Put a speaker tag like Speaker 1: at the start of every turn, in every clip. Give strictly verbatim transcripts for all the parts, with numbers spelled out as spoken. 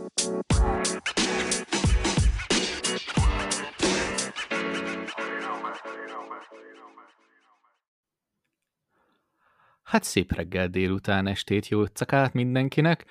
Speaker 1: Hát szép reggel, délután, estét, jó cakát mindenkinek.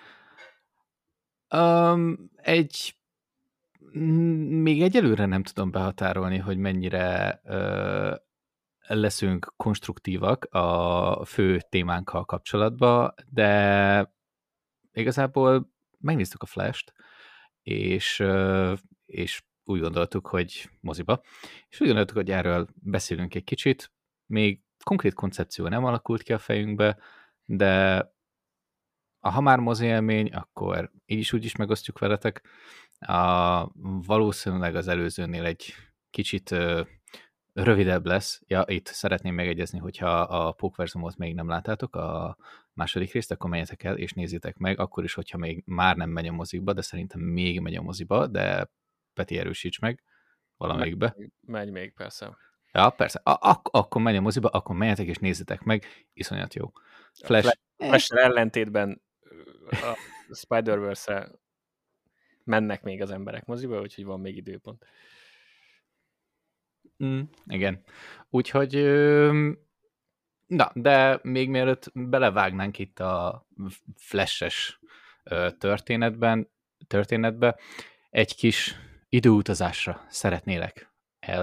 Speaker 1: Um, egy... Még egyelőre nem tudom behatárolni, hogy mennyire uh, leszünk konstruktívak a fő témánkkal kapcsolatban, de igazából megnéztük a Flash-t, és, uh, és úgy gondoltuk, hogy moziba, és úgy gondoltuk, hogy erről beszélünk egy kicsit. Még konkrét koncepció nem alakult ki a fejünkbe, de ha már mozi élmény, akkor így is úgy is megosztjuk veletek. A, valószínűleg az előzőnél egy kicsit ö, rövidebb lesz. Ja, itt szeretném megegyezni, hogyha a Pókverzumot még nem láttátok, a második részt, akkor menjetek el és nézzétek meg, akkor is, hogyha még már nem megy a mozikba, de szerintem még megy a moziba, de Peti, erősíts meg valamelyikbe.
Speaker 2: Megy, megy még, persze.
Speaker 1: Ja, persze. A- ak- akkor megy a moziba, akkor menjetek és nézzétek meg, iszonyat jó. Flash.
Speaker 2: A Flash ellentétben a Spider-Verse-re mennek még az emberek moziba, úgyhogy van még időpont.
Speaker 1: Mm, igen. Úgyhogy, na, de még mielőtt belevágnánk itt a Flash-es történetben, történetbe, egy kis időutazásra szeretnélek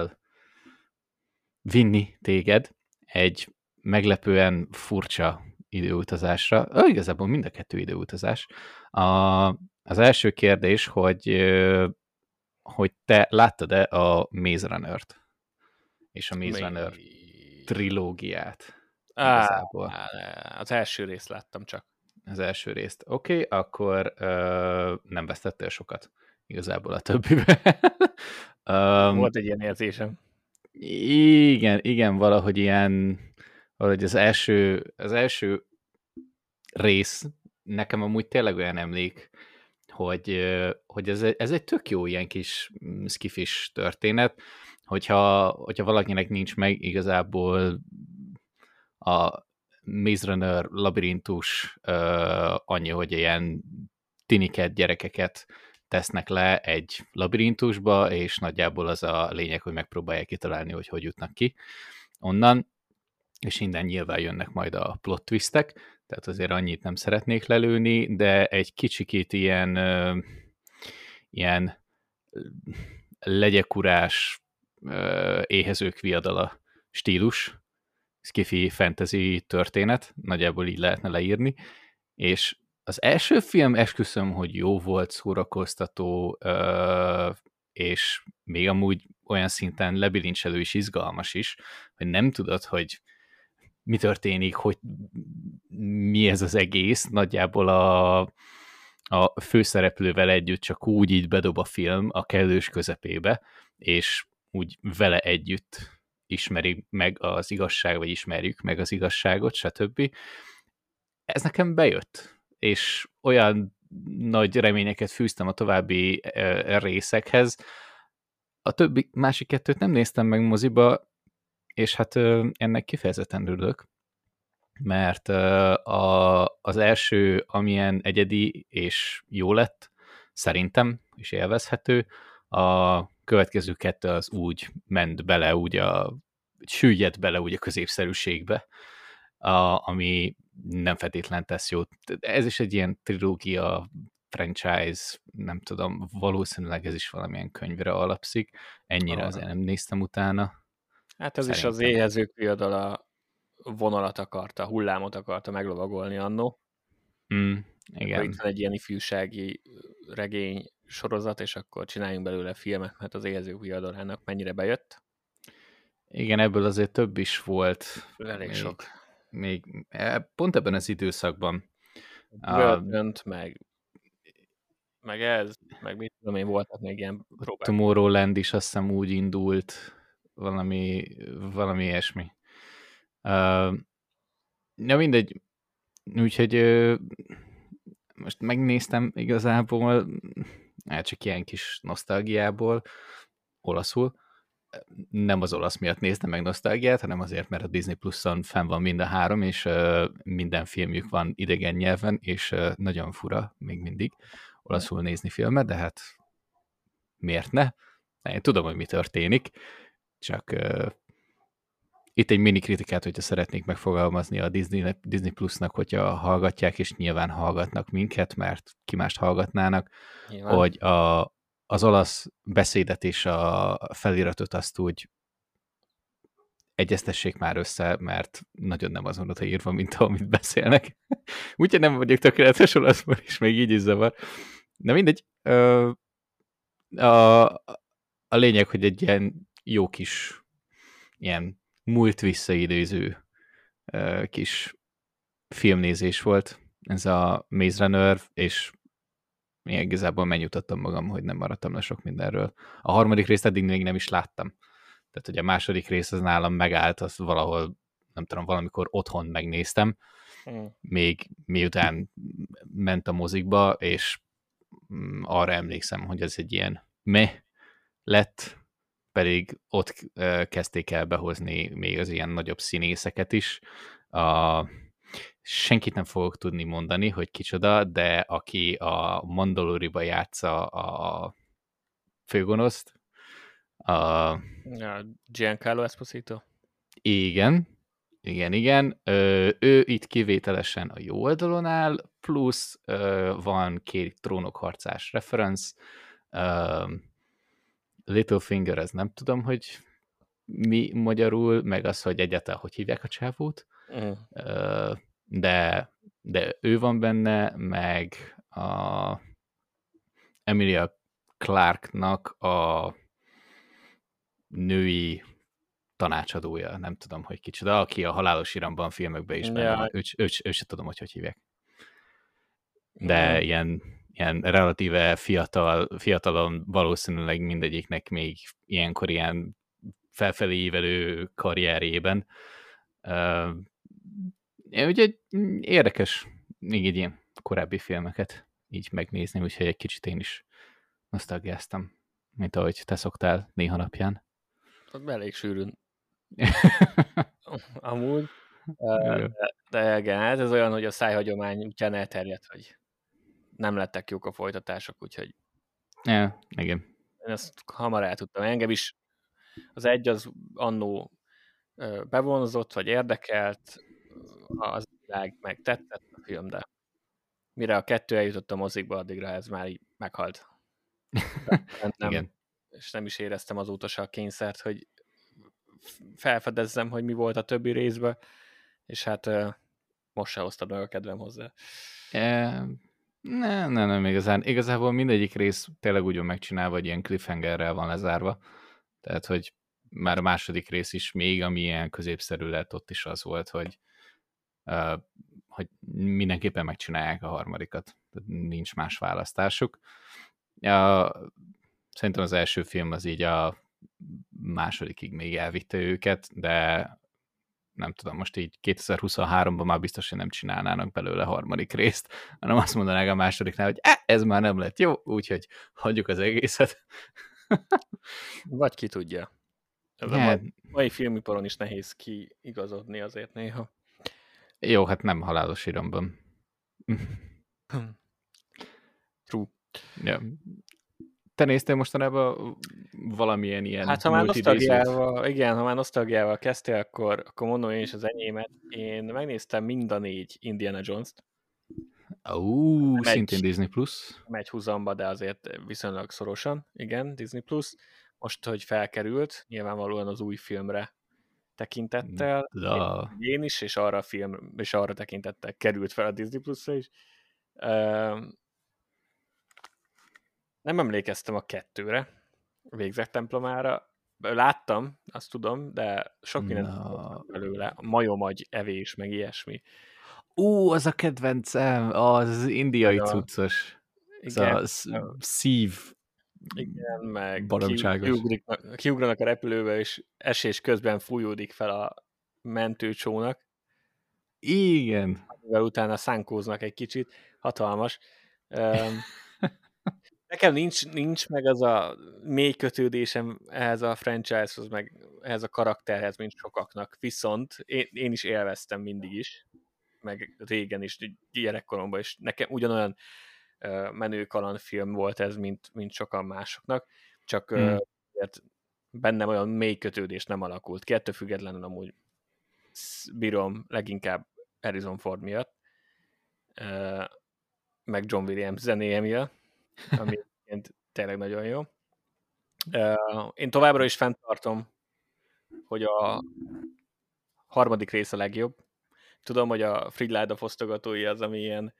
Speaker 1: elvinni téged, egy meglepően furcsa időutazásra. Ö, igazából mind a kettő időutazás. A, az első kérdés, hogy, hogy te láttad-e a Maze Runner-t? És a Maze Runner trilógiát. Igazából.
Speaker 2: Az első részt láttam csak.
Speaker 1: Az első részt. Oké, okay, akkor uh, nem vesztettél sokat igazából a többibe. um,
Speaker 2: Volt egy ilyen érzésem.
Speaker 1: Igen, igen, valahogy ilyen, valahogy az első, az első rész nekem amúgy tényleg olyan emlék, hogy, hogy ez, egy, ez egy tök jó ilyen kis skifis történet, hogyha, hogyha valakinek nincs meg igazából a Maze Runner labirintus uh, annyi, hogy ilyen tiniket, gyerekeket tesznek le egy labirintusba, és nagyjából az a lényeg, hogy megpróbálják kitalálni, hogy hogy jutnak ki onnan, és innen nyilván jönnek majd a plot twistek, tehát azért annyit nem szeretnék lelőni, de egy kicsikét ilyen uh, ilyen legyekurás uh, éhezők viadala stílus, skifi fantasy történet, nagyjából így lehetne leírni, és az első film esküszöm, hogy jó volt, szórakoztató, és még amúgy olyan szinten lebilincselő és izgalmas is, hogy nem tudod, hogy mi történik, hogy mi ez az egész, nagyjából a, a főszereplővel együtt csak úgy így bedob a film a kellős közepébe, és úgy vele együtt ismeri meg az igazság, vagy ismerjük meg az igazságot, stb. Ez nekem bejött, és olyan nagy reményeket fűztem a további e, részekhez. A többi másik kettőt nem néztem meg moziba, és hát e, ennek kifejezetten örülök, mert e, a, az első, amilyen egyedi és jó lett, szerintem, és élvezhető, a következő kettő az úgy ment bele, úgy a süllyedt bele úgy a középszerűségbe, a, ami nem feltétlen tesz jót. Ez is egy ilyen trilógia, franchise, nem tudom, valószínűleg ez is valamilyen könyvre alapszik. Ennyire ah. azért nem néztem utána.
Speaker 2: Hát ez Szerintem. Is az éhezők viadala vonalat akarta, hullámot akarta meglovagolni annó.
Speaker 1: Mm, igen.
Speaker 2: Itt van egy ilyen ifjúsági regény sorozat, és akkor csináljunk belőle filmet, mert az éhezők viadalának mennyire bejött.
Speaker 1: Igen, ebből azért több is volt.
Speaker 2: Elég még, sok.
Speaker 1: Még pont ebben az időszakban.
Speaker 2: Börtönt, uh, meg, meg ez, meg mit tudom én, voltak még ilyen próbák.
Speaker 1: Tomorrowland is azt hiszem úgy indult, valami, valami ilyesmi. Uh, ja, mindegy. Úgyhogy uh, most megnéztem igazából, hát csak ilyen kis nosztalgiából, olaszul. Nem az olasz miatt néztem meg nosztalgiát, hanem azért, mert a Disney Plus-on fenn van mind a három, és uh, minden filmjük van idegen nyelven, és uh, nagyon fura még mindig olaszul nézni filmet, de hát miért ne? Én tudom, hogy mi történik, csak uh, itt egy mini kritikát, hogyha szeretnék megfogalmazni a Disney, Disney Plusnak, hogyha hallgatják, és nyilván hallgatnak minket, mert ki mást hallgatnának,
Speaker 2: Nyilván.
Speaker 1: hogy a, az olasz beszédet és a feliratot azt úgy egyeztessék már össze, mert nagyon nem azon oda írva, mint amit beszélnek. Úgyhogy nem vagyok tökéletes olaszban, és még így is zavar. De mindegy. Ö, a, a lényeg, hogy egy ilyen jó kis ilyen múlt visszaidéző ö, kis filmnézés volt. Ez a Maze Runner, és én igazából megnyugtattam magam, hogy nem maradtam le sok mindenről. A harmadik részt eddig még nem is láttam. Tehát, hogy a második rész az nálam megállt, az valahol, nem tudom, valamikor otthon megnéztem, mm. még miután ment a mozikba, és arra emlékszem, hogy ez egy ilyen meh lett, pedig ott kezdték el behozni még az ilyen nagyobb színészeket is. A, senkit nem fogok tudni mondani, hogy kicsoda, de aki a Mandaloriba játsza a főgonoszt, a...
Speaker 2: Ja, Giancarlo Esposito.
Speaker 1: Igen, igen, igen. Ö, ő itt kivételesen a jó oldalon áll, plusz ö, van két trónokharcás reference. Ö, Littlefinger, ez nem tudom, hogy mi magyarul, meg az, hogy egyáltalán hogy hívják a csávót. Mm. Ö, de, de ő van benne, meg a Emilia Clarke-nak a női tanácsadója, nem tudom, hogy kicsoda, aki a Halálos Iramban filmekben is benne van. Ő, ő, ő sem tudom, hogy hogy hívják. De mm. ilyen, ilyen relatíve fiatal, fiatalon valószínűleg mindegyiknek még ilyenkor ilyen felfelé ívelő karrierjében. Uh, ugye érdekes még egy ilyen korábbi filmeket így megnézni, úgyhogy egy kicsit én is nosztalgiáztam, mint ahogy te szoktál néha napján.
Speaker 2: Elég sűrűn. Amúgy. De, de igen, hát ez olyan, hogy a szájhagyomány útján elterjedt, hogy nem lettek jók a folytatások, úgyhogy
Speaker 1: ja, igen.
Speaker 2: Én ezt hamar el tudtam. Engem is az egy az annó bevonzott, vagy érdekelt, az világ meg tetszett a film, de mire a kettő eljutott a mozikba, addigra ez már így meghalt. Nem,
Speaker 1: igen.
Speaker 2: És nem is éreztem azóta se a kényszert, hogy felfedezzem, hogy mi volt a többi részben, és hát most se hoztad meg a kedvem hozzá.
Speaker 1: E, nem, nem, nem igazán. Igazából mindegyik rész tényleg úgy van megcsinálva, hogy ilyen cliffhangerrel van lezárva. Tehát, hogy már a második rész is még, ami ilyen középszerű lett, ott is az volt, hogy, uh, hogy mindenképpen megcsinálják a harmadikat. Tehát nincs más választásuk. Uh, szerintem az első film az így a másodikig még elvitte őket, de nem tudom, most így kétezer-huszonháromban már biztos, hogy nem csinálnának belőle harmadik részt, hanem azt mondanák a másodiknál, hogy eh, ez már nem lett jó, úgyhogy hagyjuk az egészet.
Speaker 2: Vagy ki tudja. Ez yeah. a mai, mai filmiparon is nehéz kiigazodni azért néha.
Speaker 1: Jó, hát nem Halálos Iramban.
Speaker 2: True.
Speaker 1: Ja. Te néztél mostanában valamilyen ilyen
Speaker 2: hát, ha már nosztalgiával, igen, ha már nosztalgiával kezdtél, akkor, akkor mondom én is az enyémet. Én megnéztem mind a négy Indiana Jones-t.
Speaker 1: Ó, uh, szintén egy, Disney Plus.
Speaker 2: Megy húzamba, de azért viszonylag szorosan, igen, Disney Plus. Most, hogy felkerült, nyilvánvalóan az új filmre tekintettel.
Speaker 1: Da.
Speaker 2: Én is, és arra a film, és arra tekintettel került fel a Disney Plus-ra is. Uh, nem emlékeztem a kettőre, a Végzett templomára. Láttam, azt tudom, de sok mindent no. belőle. Majomagy evés, meg ilyesmi.
Speaker 1: Ú, az a kedvencem, az indiai a... cuccos. Igen. Az a szív.
Speaker 2: Igen, meg
Speaker 1: baromságos.
Speaker 2: kiugranak a repülőbe, és esés közben fújódik fel a mentőcsónak.
Speaker 1: Igen.
Speaker 2: Amivel utána szánkóznak egy kicsit. Hatalmas. Um, nekem nincs, nincs meg az a mély kötődésem ehhez a franchise-hoz, meg ehhez a karakterhez, mint sokaknak. Viszont én, én is élveztem mindig is, meg régen is, gyerekkoromban is. Nekem ugyanolyan menő kalandfilm volt ez, mint, mint sokan másoknak, csak
Speaker 1: Mm.
Speaker 2: bennem olyan mély kötődés nem alakult ki, ettől függetlenül amúgy bírom leginkább Harrison Ford miatt, meg John Williams zenéje miatt, ami tényleg nagyon jó. Én továbbra is fenntartom, hogy a harmadik rész a legjobb. Tudom, hogy a Frigyláda fosztogatói az, ami ilyen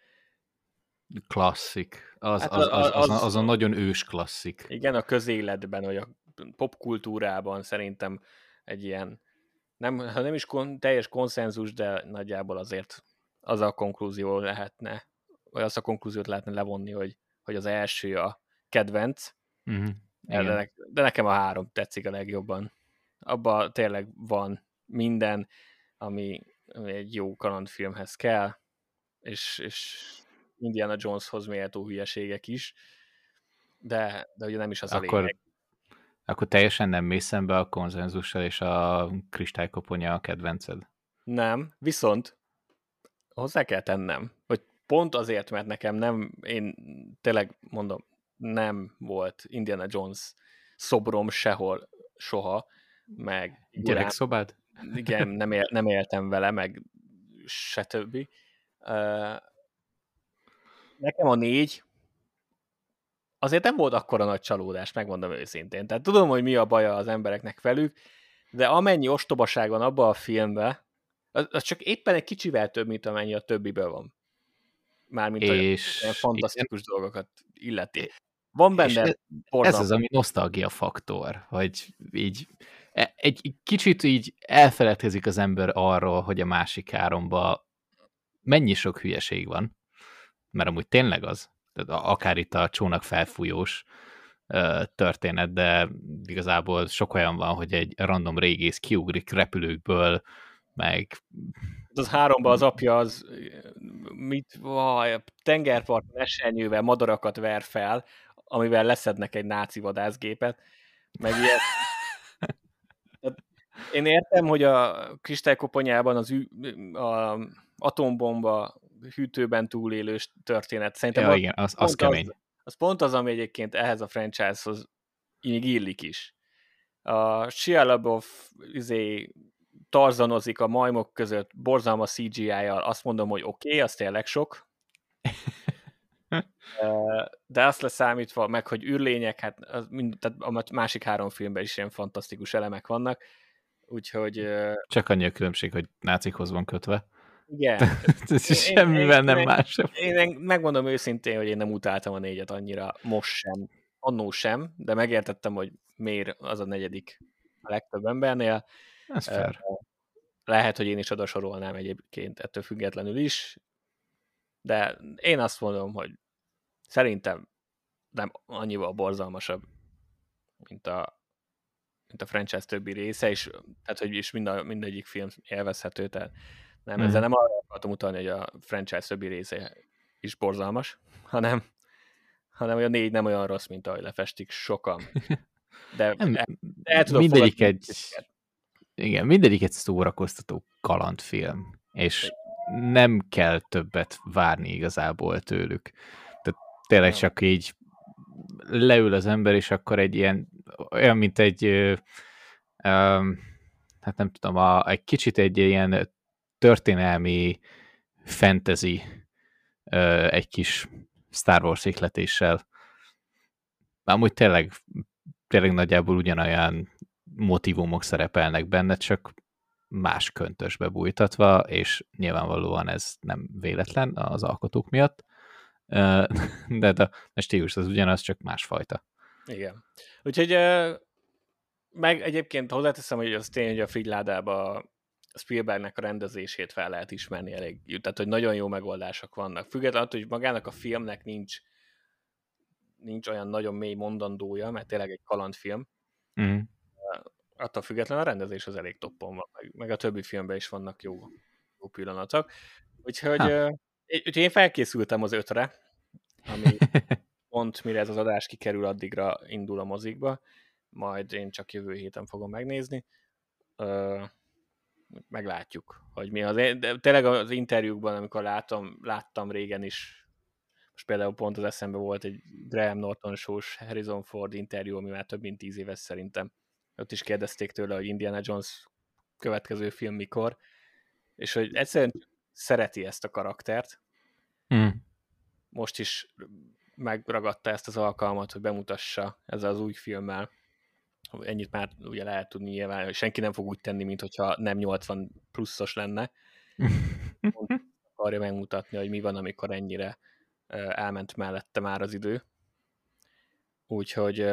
Speaker 1: klasszik. Az,
Speaker 2: hát
Speaker 1: az, az, az,
Speaker 2: az,
Speaker 1: az a nagyon ős klasszik.
Speaker 2: Igen, a közéletben, vagy a popkultúrában szerintem egy ilyen, nem, ha nem is kon, teljes konszenzus, de nagyjából azért az a konklúzió lehetne, vagy az a konklúziót lehetne levonni, hogy, hogy az első a kedvenc,
Speaker 1: Mm-hmm.
Speaker 2: de, ne, de nekem a három tetszik a legjobban. Abban tényleg van minden, ami, ami egy jó kalandfilmhez kell, és, és Indiana Joneshoz méltó hülyeségek is, de, de ugye nem is az
Speaker 1: akkor,
Speaker 2: a lényeg.
Speaker 1: Akkor teljesen nem mész szembe a konzenzussal, és a kristálykoponyja a kedvenced?
Speaker 2: Nem, viszont hozzá kell tennem, hogy pont azért, mert nekem nem, én tényleg mondom, nem volt Indiana Jones szobrom sehol, soha, meg
Speaker 1: gyerekszobád?
Speaker 2: Igen, nem, él, nem éltem vele, meg se többi. Uh, nekem a négy azért nem volt akkora nagy csalódás, megmondom őszintén. Tehát tudom, hogy mi a baja az embereknek velük, de amennyi ostobaság van abban a filmben, az, az csak éppen egy kicsivel több, mint amennyi a többiből van. Mármint és... olyan fantasztikus igen. dolgokat illeti. Van benne
Speaker 1: ez, ez az, ami nosztalgia faktor, hogy így egy kicsit így elfeledkezik az ember arról, hogy a másik háromban mennyi sok hülyeség van, mert amúgy tényleg az, tehát akár itt a csónak felfújós történet, de igazából sok olyan van, hogy egy random régész kiugrik repülőkből, meg...
Speaker 2: Az háromban az apja az mit, vaj, tengerparton esernyővel madarakat ver fel, amivel leszednek egy náci vadászgépet, meg ilyet. Én értem, hogy a kristálykoponyában az ü, a atombomba hűtőben túlélős történet. Szerintem
Speaker 1: ja,
Speaker 2: az,
Speaker 1: igen, az, az kemény.
Speaker 2: Az, az pont az, ami egyébként ehhez a franchise-hoz így illik is. A Shia LaBeouf izé, tarzanozik a majmok között borzalmas cé gé í-jal, azt mondom, hogy oké, okay, az tényleg sok. De azt leszámítva, meg hogy űrlények, hát az mind, tehát a másik három filmben is ilyen fantasztikus elemek vannak, úgyhogy...
Speaker 1: Csak annyi a különbség, hogy nácikhoz van kötve.
Speaker 2: Igen.
Speaker 1: Semmivel én, nem én, más sem.
Speaker 2: Én, én megmondom őszintén, hogy én nem utáltam a négyet annyira, most sem, annó sem, de megértettem, hogy miért az a negyedik a legtöbb embernél.
Speaker 1: Ez fair.
Speaker 2: Lehet, hogy én is oda sorolnám egyébként ettől függetlenül is, de én azt mondom, hogy szerintem nem annyival borzalmasabb, mint a, mint a franchise többi része, és, tehát, hogy is mind a, mindegyik film élvezhető, tehát nem, mm. ezzel nem arra akartam utalni, hogy a franchise többi része is borzalmas, hanem, hanem hogy a négy nem olyan rossz, mint ahogy lefestik sokan. De
Speaker 1: nem,
Speaker 2: el, el tudom
Speaker 1: mindegyik egy, igen, mindegyik egy szórakoztató kalandfilm, és nem kell többet várni igazából tőlük. Tehát tényleg csak így leül az ember, és akkor egy ilyen, olyan, mint egy ö, ö, hát nem tudom, a, egy kicsit egy ilyen történelmi fantasy ö, egy kis Star Wars ihletéssel. Amúgy tényleg, tényleg nagyjából ugyanolyan motivumok szerepelnek benne, csak más köntösbe bújtatva, és nyilvánvalóan ez nem véletlen az alkotók miatt, de, de a stílus az ugyanaz, csak másfajta.
Speaker 2: Igen. Úgyhogy meg egyébként hozzáteszem, hogy az tény, hogy a Frigyládába Spielbergnek a rendezését fel lehet ismerni elég. Tehát, hogy nagyon jó megoldások vannak. Függetlenül, hogy magának a filmnek nincs nincs olyan nagyon mély mondandója, mert tényleg egy kalandfilm. Mm. Attól függetlenül a rendezés az elég toppon van, meg, meg a többi filmben is vannak jó, jó pillanatok. Úgyhogy, uh, úgyhogy én felkészültem az ötre, ami pont mire ez az adás kikerül, addigra indul a mozikba, majd én csak jövő héten fogom megnézni. Uh, meglátjuk, hogy mi az. De tényleg az interjúkban, amikor látom, láttam régen is Most például pont az eszembe volt egy Graham Norton show-s Harrison Ford interjú, ami már több mint tíz éves szerintem. Ott is kérdezték tőle, hogy Indiana Jones következő film mikor, és hogy egyszerűen szereti ezt a karaktert.
Speaker 1: Hmm.
Speaker 2: Most is megragadta ezt az alkalmat, hogy bemutassa ezzel az új filmmel. Ennyit már ugye lehet tudni nyilván, hogy senki nem fog úgy tenni, mint hogyha nem nyolcvan pluszos lenne. Akarja megmutatni, hogy mi van, amikor ennyire elment mellette már az idő. Úgyhogy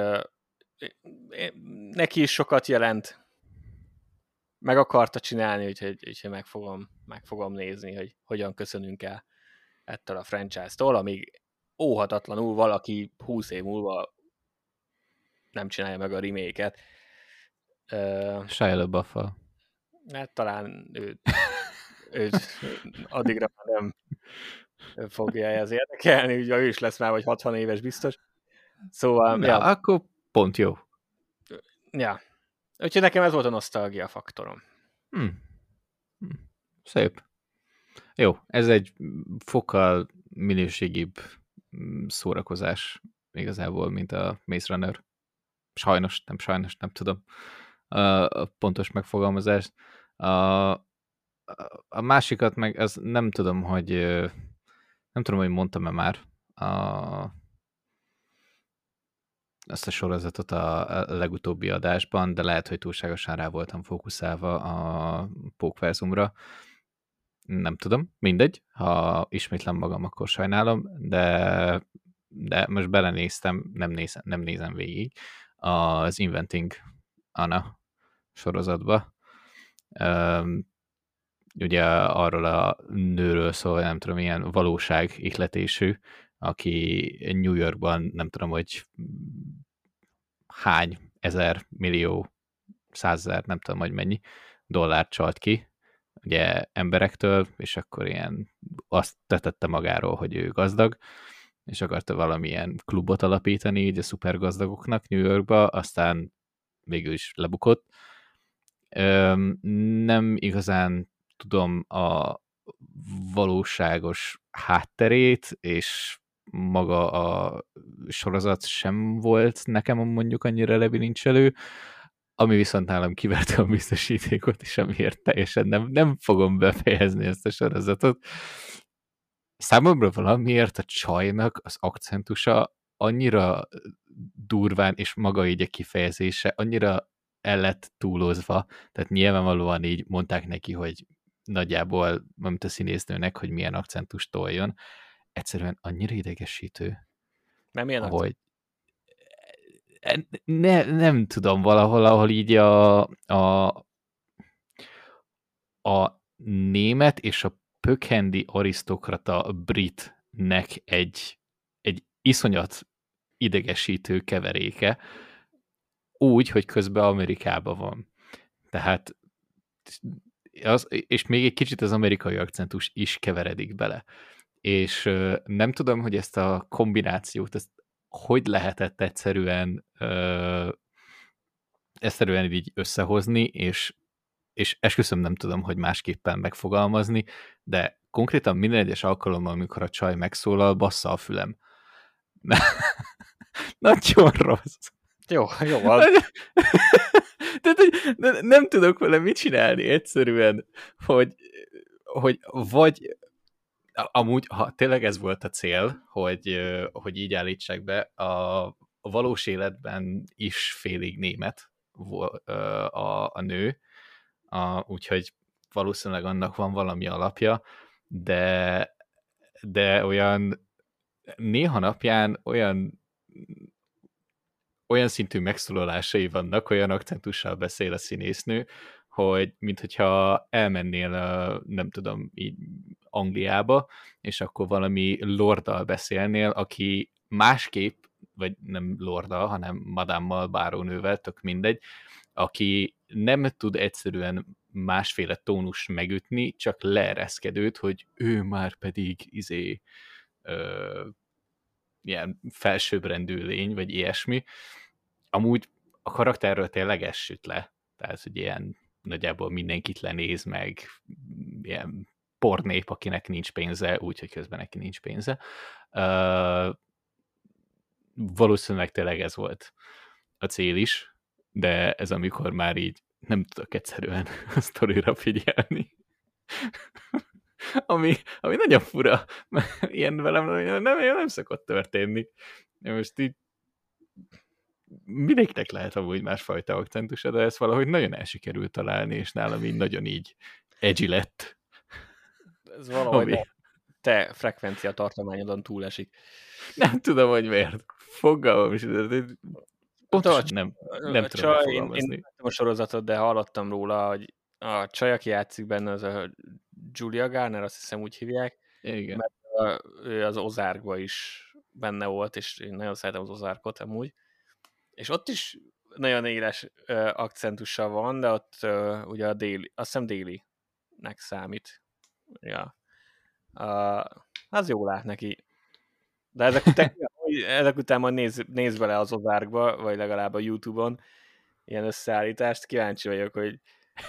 Speaker 2: neki is sokat jelent. Meg akarta csinálni, úgyhogy, úgyhogy meg, fogom, meg fogom nézni, hogy hogyan köszönünk el ettől a franchise-tól, amíg óhatatlanul valaki húsz év múlva nem csinálja meg a remake-et. Uh,
Speaker 1: Shia LaBeouf-val.
Speaker 2: Hát talán ő, ő addigra már nem fogja ez érdekelni, ugye ő is lesz már vagy hatvan éves biztos. Szóval,
Speaker 1: Na,
Speaker 2: ja.
Speaker 1: akkor pont jó.
Speaker 2: Ja. Úgyhogy nekem ez volt a nosztalgia faktorom.
Speaker 1: Hmm. Hmm. Szép. Jó, ez egy fokkal minőségibb szórakozás igazából, mint a Maze Runner. Sajnos, nem sajnos, nem tudom a pontos megfogalmazást. A, a másikat meg, az nem tudom, hogy nem tudom, hogy mondtam-e már a, ezt a sorozatot a legutóbbi adásban, de lehet, hogy túlságosan rá voltam fókuszálva a pókverzumra. Nem tudom, mindegy, ha ismétlem magam, akkor sajnálom, de, de most belenéztem, nem nézem, nem nézem végig az Inventing Anna sorozatba. Um, ugye arról a nőről szól, nem tudom, ilyen valóság ihletésű, aki New Yorkban nem tudom, hogy hány ezer, millió, százezer, nem tudom, hogy mennyi dollárt csalt ki, ugye emberektől, és akkor ilyen azt tetette magáról, hogy ő gazdag, és akarta valamilyen klubot alapítani, így a szupergazdagoknak New Yorkba, aztán végül is lebukott. Öm, nem igazán tudom a valóságos hátterét, és maga a sorozat sem volt nekem mondjuk annyira lebilincselő, ami viszont nálam kiverte a biztosítékot, és amiért teljesen nem, nem fogom befejezni ezt a sorozatot. Számomra valamiért a csajnak az akcentusa annyira durván, és maga így a kifejezése annyira el lett túlozva, tehát nyilvánvalóan így mondták neki, hogy nagyjából, mint a színésznőnek, hogy milyen akcentust toljon. Egyszerűen annyira idegesítő.
Speaker 2: Nem milyen
Speaker 1: ahogy ne, nem tudom, valahol, ahol így a, a, a német és a pökhendi arisztokrata britnek egy, egy iszonyat idegesítő keveréke, úgy, hogy közben Amerikában van. Tehát az, és még egy kicsit az amerikai akcentus is keveredik bele. És nem tudom, hogy ezt a kombinációt, ezt hogy lehetett egyszerűen ö, egyszerűen így összehozni, és, és esküszöm nem tudom, hogy másképpen megfogalmazni, de konkrétan minden egyes alkalommal, amikor a csaj megszólal, bassza a fülem. Nagyon rossz.
Speaker 2: Jó, jó van.
Speaker 1: Tehát, hogy nem tudok vele mit csinálni egyszerűen, hogy, hogy vagy amúgy, ha tényleg ez volt a cél, hogy, hogy így állítsák be, a, a valós életben is félig német a, a nő, a, úgyhogy valószínűleg annak van valami alapja, de, de olyan néha napján olyan olyan szintű megszólalásai vannak, olyan akcentussal beszél a színésznő, hogy minthogyha elmennél, nem tudom, így Angliába, és akkor valami lorddal beszélnél, aki másképp, vagy nem lorddal, hanem madámmal, bárónővel, tök mindegy, aki nem tud egyszerűen másféle tónus megütni, csak leereszkedőt, hogy ő már pedig izé ö, ilyen felsőbbrendű lény, vagy ilyesmi. Amúgy a karakterről tényleg ez süt le. Tehát, hogy ilyen nagyjából mindenkit lenéz meg, ilyen pornép, akinek nincs pénze, úgyhogy közben neki nincs pénze. Uh, valószínűleg tényleg ez volt a cél is, de ez amikor már így nem tudok egyszerűen a sztorira figyelni. ami, ami nagyon fura, mert ilyen velem nem, nem, nem szokott történni. Most így mindenkinek lehet amúgy másfajta akcentusa, de ezt valahogy nagyon el sikerült találni, és nálam így nagyon így edgy lett.
Speaker 2: Ez valahogy ami... te frekvencia tartományodon túlesik.
Speaker 1: Nem tudom, hogy miért. Fogalmam is. Pontosan nem, nem
Speaker 2: a
Speaker 1: tudom
Speaker 2: csaj,
Speaker 1: fogalmazni.
Speaker 2: Én, én nem a sorozatot, de hallottam róla, hogy a csaj, aki játszik benne, az a Julia Garner, azt hiszem úgy hívják.
Speaker 1: Igen.
Speaker 2: Mert a, ő az Ozarkban is benne volt, és én nagyon szeretem az Ozarkot amúgy. És ott is nagyon éles uh, akcentusa van, de ott uh, ugye a déli, azt hiszem délinek számít. Ja. Uh, az jól lát neki. De ezek után, ezek után majd nézz, nézz bele az Ozarkba, vagy legalább a YouTube-on ilyen összeállítást. Kíváncsi vagyok, hogy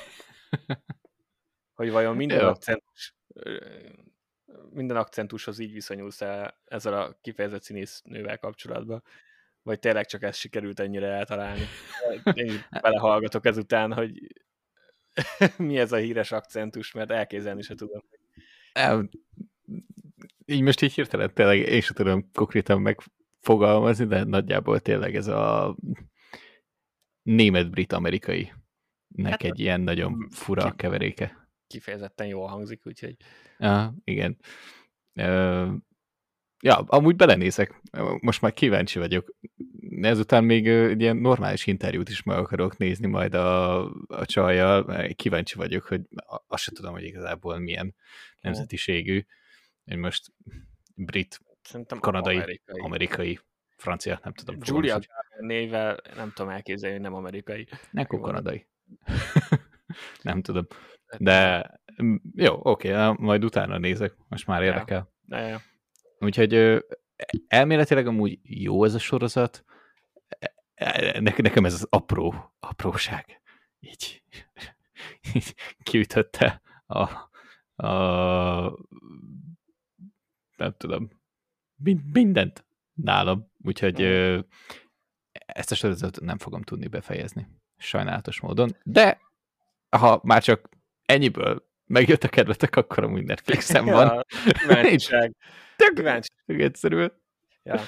Speaker 2: hogy vajon minden akcentus minden akcentushoz így viszonyulsz el ezzel a kifejezett színésznővel kapcsolatban, vagy tényleg csak ezt sikerült ennyire eltalálni. Én is belehallgatok ezután, hogy mi ez a híres akcentus, mert elképzelni se tudom.
Speaker 1: El, így most így hirtelen tényleg én sem tudom konkrétan megfogalmazni, de nagyjából tényleg ez a német-brit-amerikai nek hát, egy ilyen nagyon fura
Speaker 2: ki,
Speaker 1: keveréke.
Speaker 2: Kifejezetten jól hangzik, úgyhogy...
Speaker 1: Ja, igen. Uh, ja, amúgy belenézek. Most már kíváncsi vagyok. Ezután még egy ilyen normális interjút is meg akarok nézni majd a, a csajjal. Kíváncsi vagyok, hogy azt sem tudom, hogy igazából milyen nemzetiségű. Én most brit,
Speaker 2: szerintem
Speaker 1: kanadai,
Speaker 2: amerikai.
Speaker 1: amerikai, francia, nem tudom.
Speaker 2: Julia Garner névvel nem tudom elképzelni, hogy nem amerikai.
Speaker 1: Akkor kanadai. Nem tudom. De jó, oké, okay, majd utána nézek. Most már érdekel.
Speaker 2: Ja. Ja, ja.
Speaker 1: Úgyhogy elméletileg amúgy jó ez a sorozat. Nekem ez az apró, apróság. Így, így kiütötte a, a nem tudom, mindent nálam. Úgyhogy mm. ezt a sorozatot nem fogom tudni befejezni. Sajnálatos módon. De ha már csak ennyiből megjött a kedvetek, akkor amúgy Netflixen van.
Speaker 2: Ja, kíváncsiság.
Speaker 1: Tök egyszerű.
Speaker 2: Ja.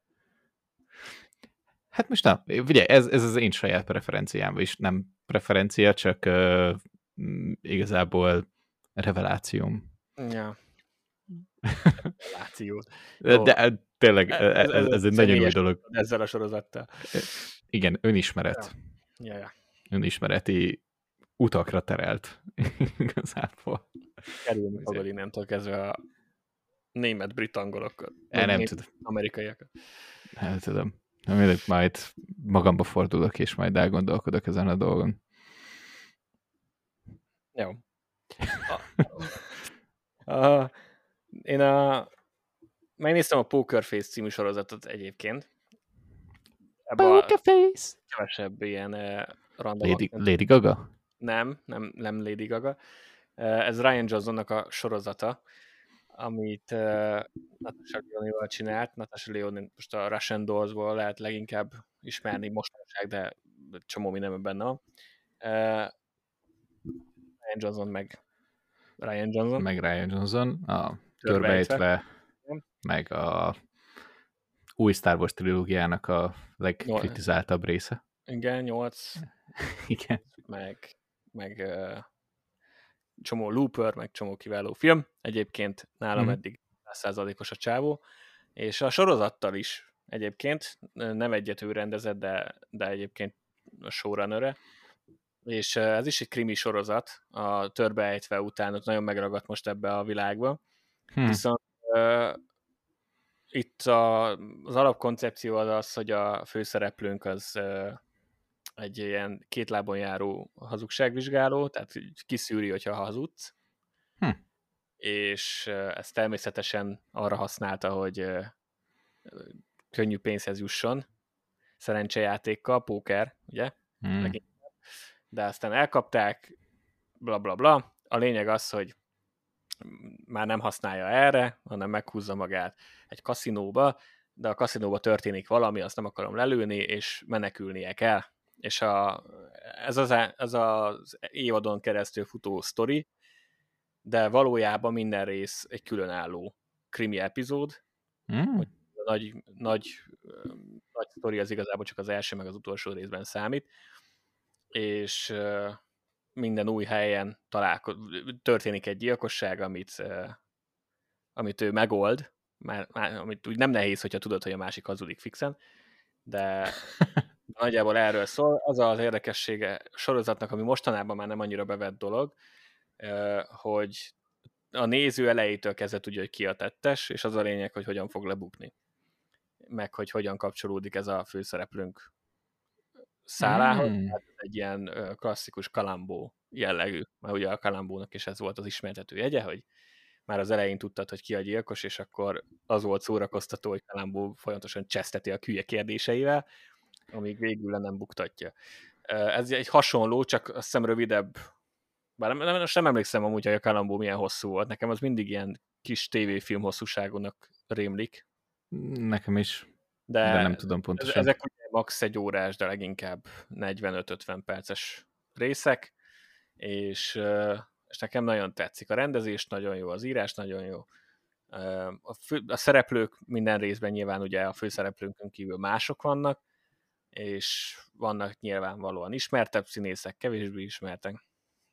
Speaker 1: Hát most nem. Ugye, ez, ez az én saját preferenciám, és nem preferencia, csak uh, igazából revelációm.
Speaker 2: Ja. Reveláció.
Speaker 1: De, de tényleg, ez, ez, ez egy nagyon új dolog.
Speaker 2: Ezzel a sorozattal.
Speaker 1: Igen, önismeret.
Speaker 2: Ja. Ja, ja.
Speaker 1: Önismereti utakra terelt. Igazából.
Speaker 2: Kerülni fogod innentől kezdve a német-brit angolokat.
Speaker 1: Nem, nem tudom.
Speaker 2: Amerikaiakat.
Speaker 1: Nem tudom. Nem, majd magamba fordulok, és majd elgondolkodok ezen a dolgon.
Speaker 2: Jó. A, a, én a, megnéztem a Poker Face című sorozatot egyébként.
Speaker 1: Poker Face!
Speaker 2: Kevesebb ilyen uh, random
Speaker 1: Lady, Lady Gaga?
Speaker 2: Nem, nem, nem Lady Gaga. Uh, ez Ryan Johnsonnak a sorozata, amit uh, Natasha Lyonne-val csinált. Natasha Lyonne most a Russian Dolls-ból lehet leginkább ismerni mostanság, de csomó minden benne van. Uh, Ryan Johnson meg Ryan Johnson.
Speaker 1: Meg Ryan Johnson, a Törbeejtve, meg a új Star Wars trilógiának a legkritizáltabb része.
Speaker 2: Igen, nyolc.
Speaker 1: Igen.
Speaker 2: Meg, meg uh, csomó Looper, meg csomó kiváló film. Egyébként nálam mm. eddig száz százalékos a csávó. És a sorozattal is egyébként, nem egyet ő rendezett, de, de egyébként a showrunner-e. És ez is egy krimi sorozat, a Törbeejtve után ott nagyon megragadt most ebbe a világba. Hmm. Viszont uh, itt a, az alapkoncepció az az, hogy a főszereplőnk az uh, egy ilyen két lábon járó hazugságvizsgáló, tehát kiszűri, hogyha hazudsz. Hmm. És uh, ezt természetesen arra használta, hogy uh, könnyű pénzhez jusson. Szerencsejátékkal, póker, ugye? Hmm. De aztán elkapták, bla bla bla. A lényeg az, hogy már nem használja erre, hanem meghúzza magát egy kaszinóba, de a kaszinóba történik valami, azt nem akarom lelőni, és menekülnie kell. És a, ez, az, ez az évadon keresztül futó sztori, de valójában minden rész egy különálló krimi epizód,
Speaker 1: Mm.
Speaker 2: hogy a nagy, nagy, nagy sztori az igazából csak az első meg az utolsó részben számít, és minden új helyen találko- történik egy gyilkosság, amit, amit ő megold, már, már, amit úgy nem nehéz, hogyha tudod, hogy a másik hazudik fixen, de nagyjából erről szól. Az az érdekessége a sorozatnak, ami mostanában már nem annyira bevett dolog, hogy a néző elejétől kezdve tudja, hogy ki a tettes, és az a lényeg, hogy hogyan fog lebukni. Meg, hogy hogyan kapcsolódik ez a főszereplőnk szálához.
Speaker 1: Mm.
Speaker 2: Hát ez egy ilyen klasszikus Columbo jellegű, mert ugye a Columbo-nak is ez volt az ismertető jegye, hogy már az elején tudtad, hogy ki a gyilkos, és akkor az volt szórakoztató, hogy Columbo folyamatosan cseszteti a hülye kérdéseivel, amíg végül le nem buktatja. Ez egy hasonló, csak azt hiszem rövidebb, bár nem, nem, nem emlékszem amúgy, hogy a Columbo milyen hosszú volt. Nekem az mindig ilyen kis tévéfilm hosszúságúnak rémlik.
Speaker 1: Nekem is,
Speaker 2: de,
Speaker 1: de nem tudom pontosan.
Speaker 2: Ezek ugye max. Egy órás, de leginkább negyvenöt-ötven perces részek, és, és nekem nagyon tetszik. A rendezés nagyon jó, az írás nagyon jó. A, fő, a szereplők minden részben nyilván ugye a főszereplőnkön kívül mások vannak, és vannak nyilvánvalóan ismertebb színészek, kevésbé ismertek.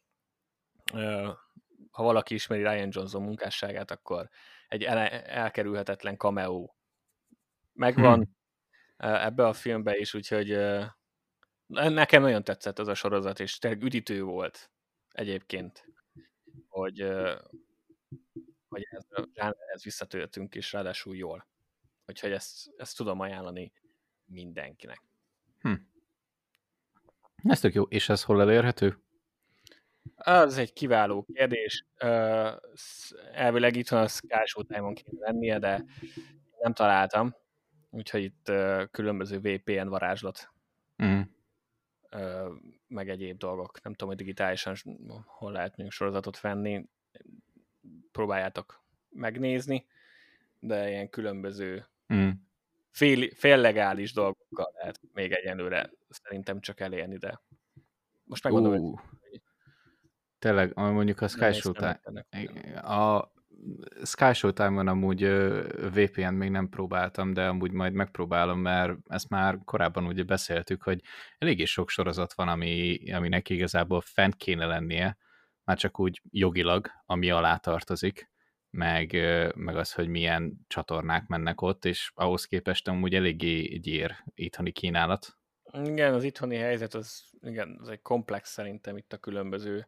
Speaker 2: Ha valaki ismeri Rian Johnson munkásságát, akkor egy elkerülhetetlen cameo megvan hmm. ebbe a filmbe is, úgyhogy nekem nagyon tetszett az a sorozat, és tényleg üdítő volt egyébként, hogy, hogy ez, ez visszatöltünk is, ráadásul jól. Úgyhogy ezt, ezt tudom ajánlani mindenkinek.
Speaker 1: Hm. Ez tök jó. És ez hol elérhető?
Speaker 2: Az egy kiváló kérdés. Elvileg itt van a Sky Showtime-on kéne lennie, de nem találtam. Úgyhogy itt különböző vé pé en varázslat mm. meg egyéb dolgok. Nem tudom, hogy digitálisan hol lehet még sorozatot venni. Próbáljátok megnézni, de ilyen különböző mm. fél, féllegális dolgokkal lehet még egyenlőre szerintem csak elérni, de most megmondom, uh. hogy
Speaker 1: tényleg, mondjuk a Sky Showtime a Sky Showtime-on amúgy vé pé en még nem próbáltam, de amúgy majd megpróbálom, mert ezt már korábban ugye beszéltük, hogy eléggé sok sorozat van, ami, aminek igazából fent kéne lennie, már csak úgy jogilag, ami alá tartozik, meg, meg az, hogy milyen csatornák mennek ott, és ahhoz képest amúgy eléggé gyér itthoni kínálat.
Speaker 2: Igen, az itthoni helyzet az, igen, az egy komplex szerintem itt a különböző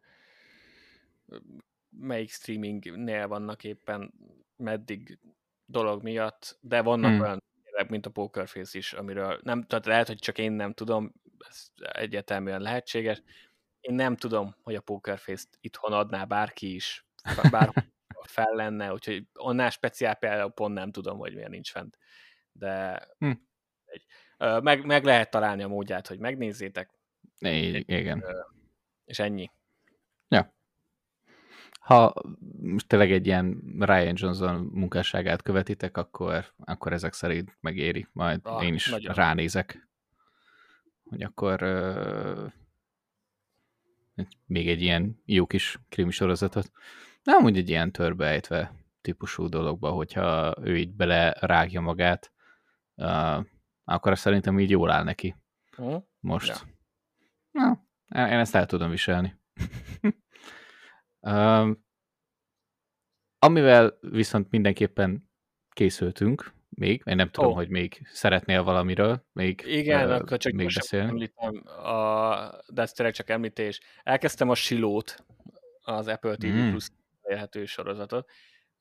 Speaker 2: melyik streamingnél vannak éppen meddig dolog miatt, de vannak hmm. olyan, mint a Poker Face is, amiről nem, tehát lehet, hogy csak én nem tudom, ez egyértelműen lehetséges. Én nem tudom, hogy a Poker Face-t itthon adná bárki is, bárhol fel lenne, úgyhogy annál speciál például pont nem tudom, hogy miért nincs fent. De hmm. egy, meg, meg lehet találni a módját, hogy megnézzétek.
Speaker 1: É, igen.
Speaker 2: És ennyi.
Speaker 1: Ja. Ha most tényleg egy ilyen Rian Johnson munkásságát követitek, akkor, akkor ezek szerint megéri. Majd ah, én is nagyon. ránézek, hogy akkor uh, még egy ilyen jó kis krimi sorozatot. Nem úgy egy ilyen törbeejtve típusú dologba, hogyha ő így bele rágja magát, uh, akkor szerintem így jól áll neki. Uh-huh. Most. Ja. Na, én ezt el tudom viselni. uh, Amivel viszont mindenképpen készültünk még, én nem tudom, oh. hogy még szeretnél valamiről még
Speaker 2: Igen, uh, akkor csak még beszélni. Említem, a, de ez tényleg csak említés. Elkezdtem a Silót, az Apple té vé mm. Plus elérhető sorozatot.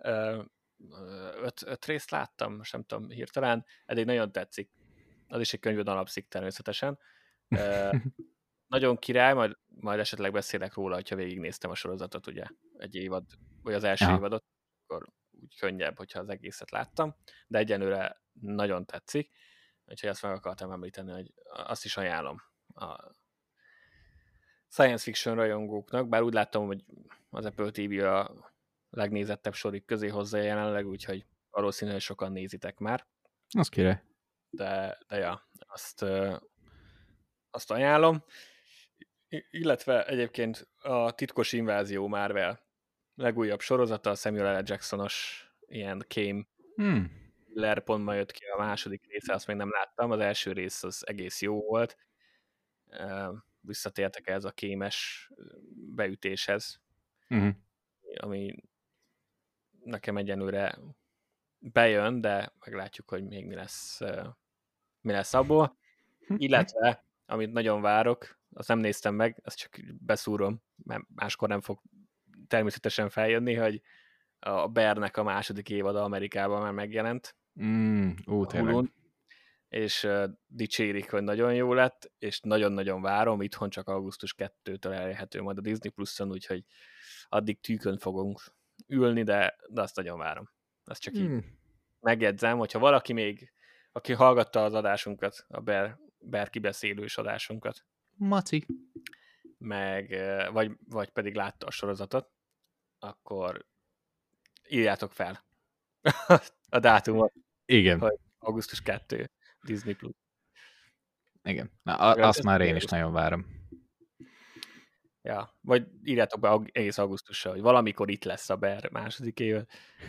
Speaker 2: Öt, öt részt láttam, most nem tudom, hirtelen. Eddig nagyon tetszik. Az is egy könyvön alapszik természetesen. Nagyon király, majd, majd esetleg beszélek róla, hogyha végignéztem a sorozatot, ugye, egy évad, vagy az első Aha. évadot, akkor úgy könnyebb, hogyha az egészet láttam, de egyenlőre nagyon tetszik, úgyhogy azt meg akartam említeni, hogy azt is ajánlom a science fiction rajongóknak, bár úgy láttam, hogy az Apple té vé a legnézettebb sorik közé hozza jelenleg, úgyhogy valószínűleg sokan nézitek már.
Speaker 1: Az király.
Speaker 2: De, de ja, azt, azt ajánlom. Illetve egyébként a Titkos Invázió Marvel legújabb sorozata, a Samuel L. Jacksonos ilyen kém
Speaker 1: Hmm.
Speaker 2: thriller, pont ma jött ki a második része, azt még nem láttam, az első rész az egész jó volt. Visszatértek ez a kémes beütéshez,
Speaker 1: Uh-huh.
Speaker 2: ami nekem egyenlőre bejön, de meglátjuk, hogy még mi lesz, mi lesz abból. Illetve, amit nagyon várok, azt nem néztem meg, azt csak beszúrom, mert máskor nem fog természetesen feljönni, hogy a Bearnek a második évada Amerikában már megjelent.
Speaker 1: Mm, ó,
Speaker 2: a Hulun, és uh, dicsérik, hogy nagyon jó lett, és nagyon-nagyon várom, itthon csak augusztus kettőtől elérhető majd a Disney Plus-on, úgyhogy addig tűkön fogunk ülni, de, de azt nagyon várom. Azt csak mm. így megjegyzem, hogyha valaki még, aki hallgatta az adásunkat, a Bear, Bear kibeszélős adásunkat,
Speaker 1: Maci,
Speaker 2: meg, vagy, vagy pedig látta a sorozatot, akkor írjátok fel a dátumot.
Speaker 1: Igen.
Speaker 2: Hogy augusztus kettő, Disney Plus.
Speaker 1: Igen. Na, a, azt már én is nagyon várom.
Speaker 2: Ja, vagy írjátok be egész augusztusra, hogy valamikor itt lesz a Bear második éve.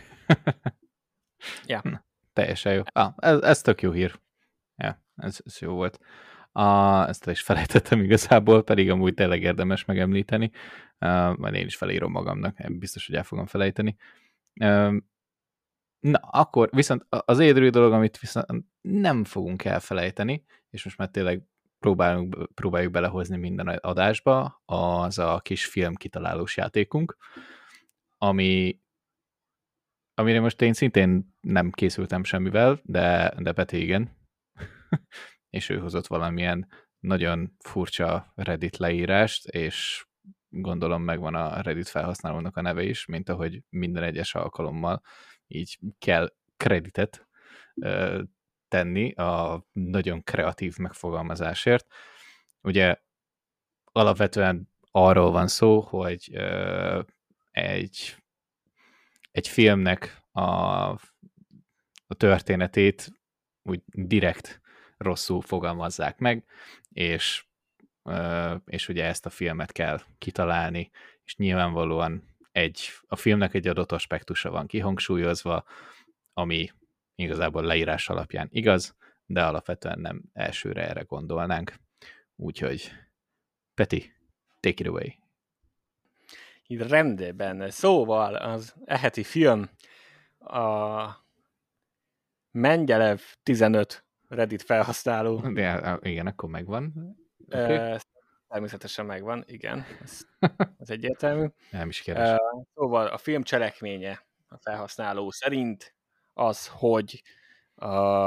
Speaker 2: Ja.
Speaker 1: Na, teljesen jó. Ah, ez, ez tök jó hír. Ja, ez, ez jó volt. Ah, ezt is felejtettem igazából, pedig amúgy tényleg érdemes megemlíteni. Uh, majd én is felírom magamnak, biztos, hogy el fogom felejteni. Uh, na, akkor viszont az édrű dolog, amit viszont nem fogunk elfelejteni, és most már tényleg próbálunk, próbáljuk belehozni minden adásba, az a kis film kitalálós játékunk, ami amire most én szintén nem készültem semmivel, de, de Peti igen. És ő hozott valamilyen nagyon furcsa Reddit leírást, és gondolom megvan a Reddit felhasználónak a neve is, mint ahogy minden egyes alkalommal így kell kreditet ö, tenni a nagyon kreatív megfogalmazásért. Ugye alapvetően arról van szó, hogy ö, egy, egy filmnek a, a történetét úgy direkt rosszul fogalmazzák meg, és, és ugye ezt a filmet kell kitalálni, és nyilvánvalóan egy, a filmnek egy adott aspektusa van kihangsúlyozva, ami igazából leírás alapján igaz, de alapvetően nem elsőre erre gondolnánk. Úgyhogy Peti, take it away.
Speaker 2: Rendben. Szóval az eheti film a Mengyelev tizenöt Reddit felhasználó.
Speaker 1: De, igen, akkor megvan. Okay.
Speaker 2: Természetesen megvan, igen. Ez, ez egyértelmű.
Speaker 1: Nem is keres.
Speaker 2: Szóval a film cselekménye a felhasználó szerint az, hogy a...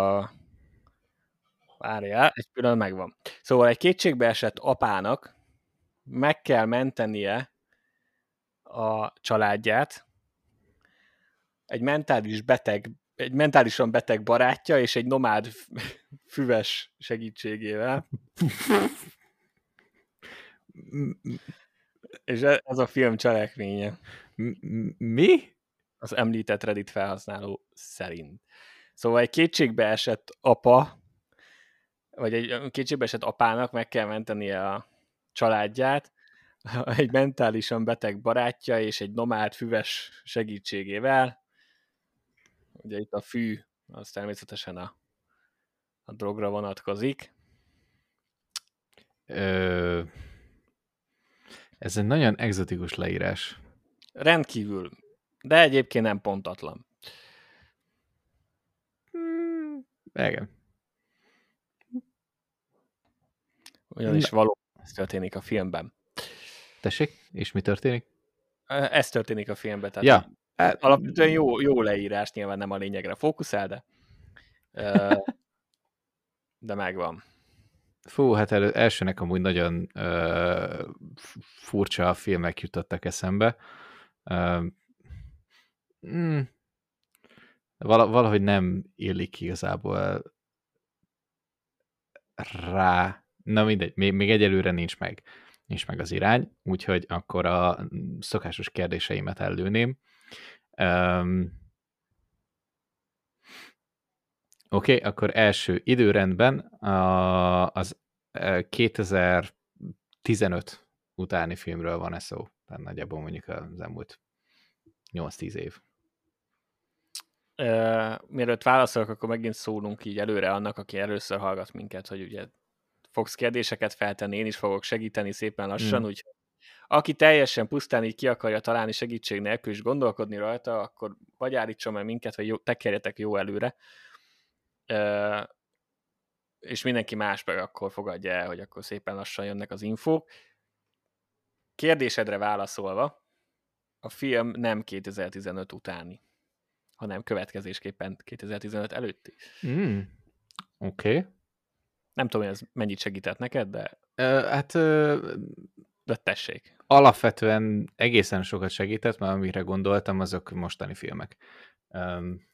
Speaker 2: várjál, egy pillanat megvan. Szóval egy kétségbeesett apának meg kell mentenie a családját egy mentális beteg, egy mentálisan beteg barátja és egy nomád füves segítségével. És ez a film cselekménye.
Speaker 1: Mi?
Speaker 2: Az említett Reddit felhasználó szerint. Szóval egy kétségbeesett apa, vagy egy kétségbeesett apának meg kell mentenie a családját, egy mentálisan beteg barátja és egy nomád füves segítségével. Ugye itt a fű, az természetesen a, a drogra vonatkozik.
Speaker 1: Ö... Ez egy nagyon egzotikus leírás.
Speaker 2: Rendkívül, de egyébként nem pontatlan.
Speaker 1: Hmm, igen.
Speaker 2: Ugyanis valóban ez történik a filmben.
Speaker 1: Tessék? És mi történik?
Speaker 2: Ez történik a filmben. Tehát
Speaker 1: ja.
Speaker 2: Alapvetően jó, jó leírás, nyilván nem a lényegre fókuszál, de de megvan.
Speaker 1: Fú, hát elő, elsőnek amúgy nagyon uh, furcsa filmek jutottak eszembe. Uh, mm, valahogy nem illik igazából rá. Na mindegy, még, még egyelőre nincs meg, nincs meg az irány, úgyhogy akkor a szokásos kérdéseimet ellőném. Um, Oké, okay, akkor első időrendben a, az kétezer-tizenöt utáni filmről van ez szó. Tehát nagyjából mondjuk az elmúlt nyolc-tíz év.
Speaker 2: Uh, mielőtt válaszolok, akkor megint szólunk így előre annak, aki először hallgat minket, hogy ugye fogsz kérdéseket feltenni, én is fogok segíteni szépen lassan, mm. úgyhogy aki teljesen pusztán így ki akarja találni segítség nélkül is gondolkodni rajta, akkor vagy állítson meg minket, vagy jó, tekerjetek jó előre. Uh, és mindenki más meg akkor fogadja el, hogy akkor szépen lassan jönnek az infók. Kérdésedre válaszolva, a film nem kétezer-tizenöt utáni, hanem következésképpen kétezer-tizenöt előtti.
Speaker 1: Mm. Oké. Okay.
Speaker 2: Nem tudom, hogy ez mennyit segített neked, de...
Speaker 1: Uh, hát... Uh,
Speaker 2: de tessék.
Speaker 1: Alapvetően egészen sokat segített, mert amire gondoltam, azok mostani filmek. Um,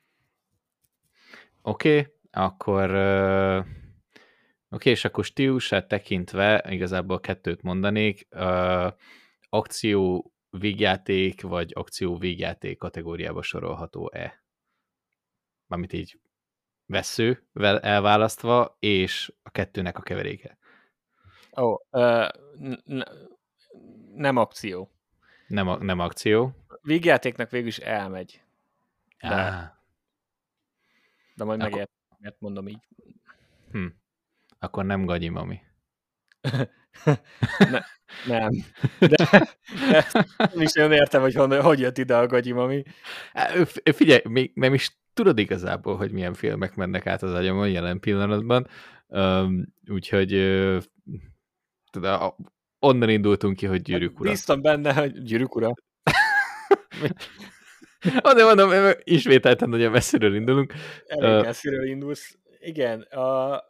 Speaker 1: Oké, okay, akkor... Uh, Oké, okay, és akkor stílusát tekintve igazából kettőt mondanék. Uh, akció vígjáték, vagy akció vígjáték kategóriába sorolható-e? Mármint így vesszővel elválasztva, és a kettőnek a keveréke.
Speaker 2: Ó, oh, uh, n- nem akció.
Speaker 1: Nem, a, nem akció.
Speaker 2: Vígjátéknak végül is elmegy. De,
Speaker 1: ah.
Speaker 2: de majd Akkor... megért, mert mondom így.
Speaker 1: Hm. Akkor nem Gagyi Mami.
Speaker 2: ne, nem. De, de nem is nagyon értem, hogy honnan, hogy jött ide a Gagyi Mami.
Speaker 1: Figyelj, még nem is tudod igazából, hogy milyen filmek mennek át az agyamon jelen pillanatban. Um, úgyhogy uh, tudod, onnan indultunk ki, hogy Gyűrűk ura.
Speaker 2: Bíztam benne, hogy Gyűrűk ura.
Speaker 1: Azért mondom, ismételten nagyon messziről indulunk.
Speaker 2: Elég uh, messziről indulsz. Igen, a...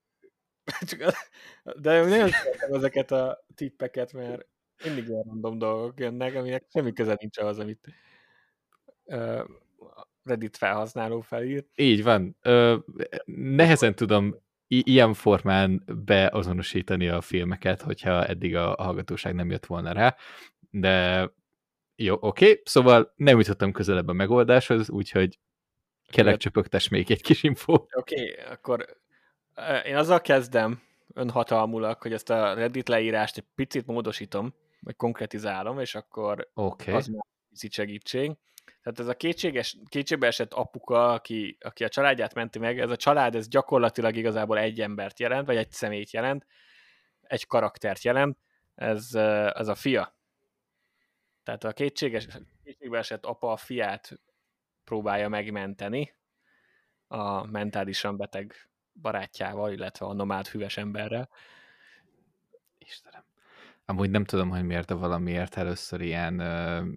Speaker 2: de nagyon szeretem ezeket a tippeket, mert mindig olyan random dolgok jönnek, aminek semmi köze nincs ahhoz, amit uh, Reddit felhasználó felír.
Speaker 1: Így van. Uh, nehezen tudom i- ilyen formán beazonosítani a filmeket, hogyha eddig a hallgatóság nem jött volna rá, de jó, oké, okay. Szóval nem jutottam közelebb a megoldáshoz, úgyhogy kérlek csöpögtess még egy kis infót.
Speaker 2: Oké, okay, akkor én azzal kezdem önhatalmulag, hogy ezt a Reddit leírást egy picit módosítom, vagy konkretizálom, és akkor
Speaker 1: okay.
Speaker 2: az már picit segítség. Tehát ez a kétséges, kétségbe esett apuka, aki, aki a családját menti meg, ez a család, ez gyakorlatilag igazából egy embert jelent, vagy egy személyt jelent, egy karaktert jelent, ez, ez a fia. Tehát a kétséges, kétségbe esett apa a fiát próbálja megmenteni a mentálisan beteg barátjával, illetve a nomád hüves emberrel.
Speaker 1: Istenem. Amúgy nem tudom, hogy miért, de valamiért először ilyen uh,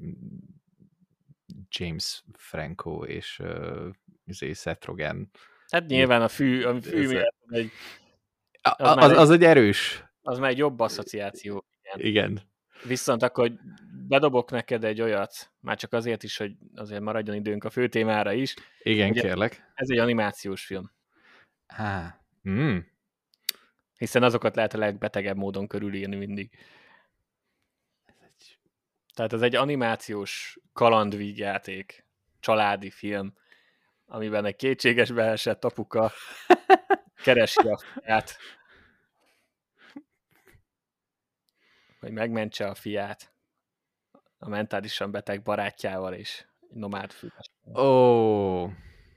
Speaker 1: James Franco és uh, Seth Rogen.
Speaker 2: Hát nyilván a fű, a fű miatt egy...
Speaker 1: Az, az, az egy erős.
Speaker 2: Az már egy jobb asszociáció.
Speaker 1: Igen. Igen.
Speaker 2: Viszont akkor bedobok neked egy olyat, már csak azért is, hogy azért maradjon időnk a fő témára is.
Speaker 1: Igen, ugye, kérlek.
Speaker 2: Ez egy animációs film.
Speaker 1: Há. Mm.
Speaker 2: Hiszen azokat lehet a legbetegebb módon körülírni mindig. Tehát ez egy animációs kalandvígjáték, családi film, amiben egy kétségesbe esett apuka keresi a fiát, hogy megmentse a fiát a mentálisan beteg barátjával és egy nomád füves.
Speaker 1: Ó. Oh.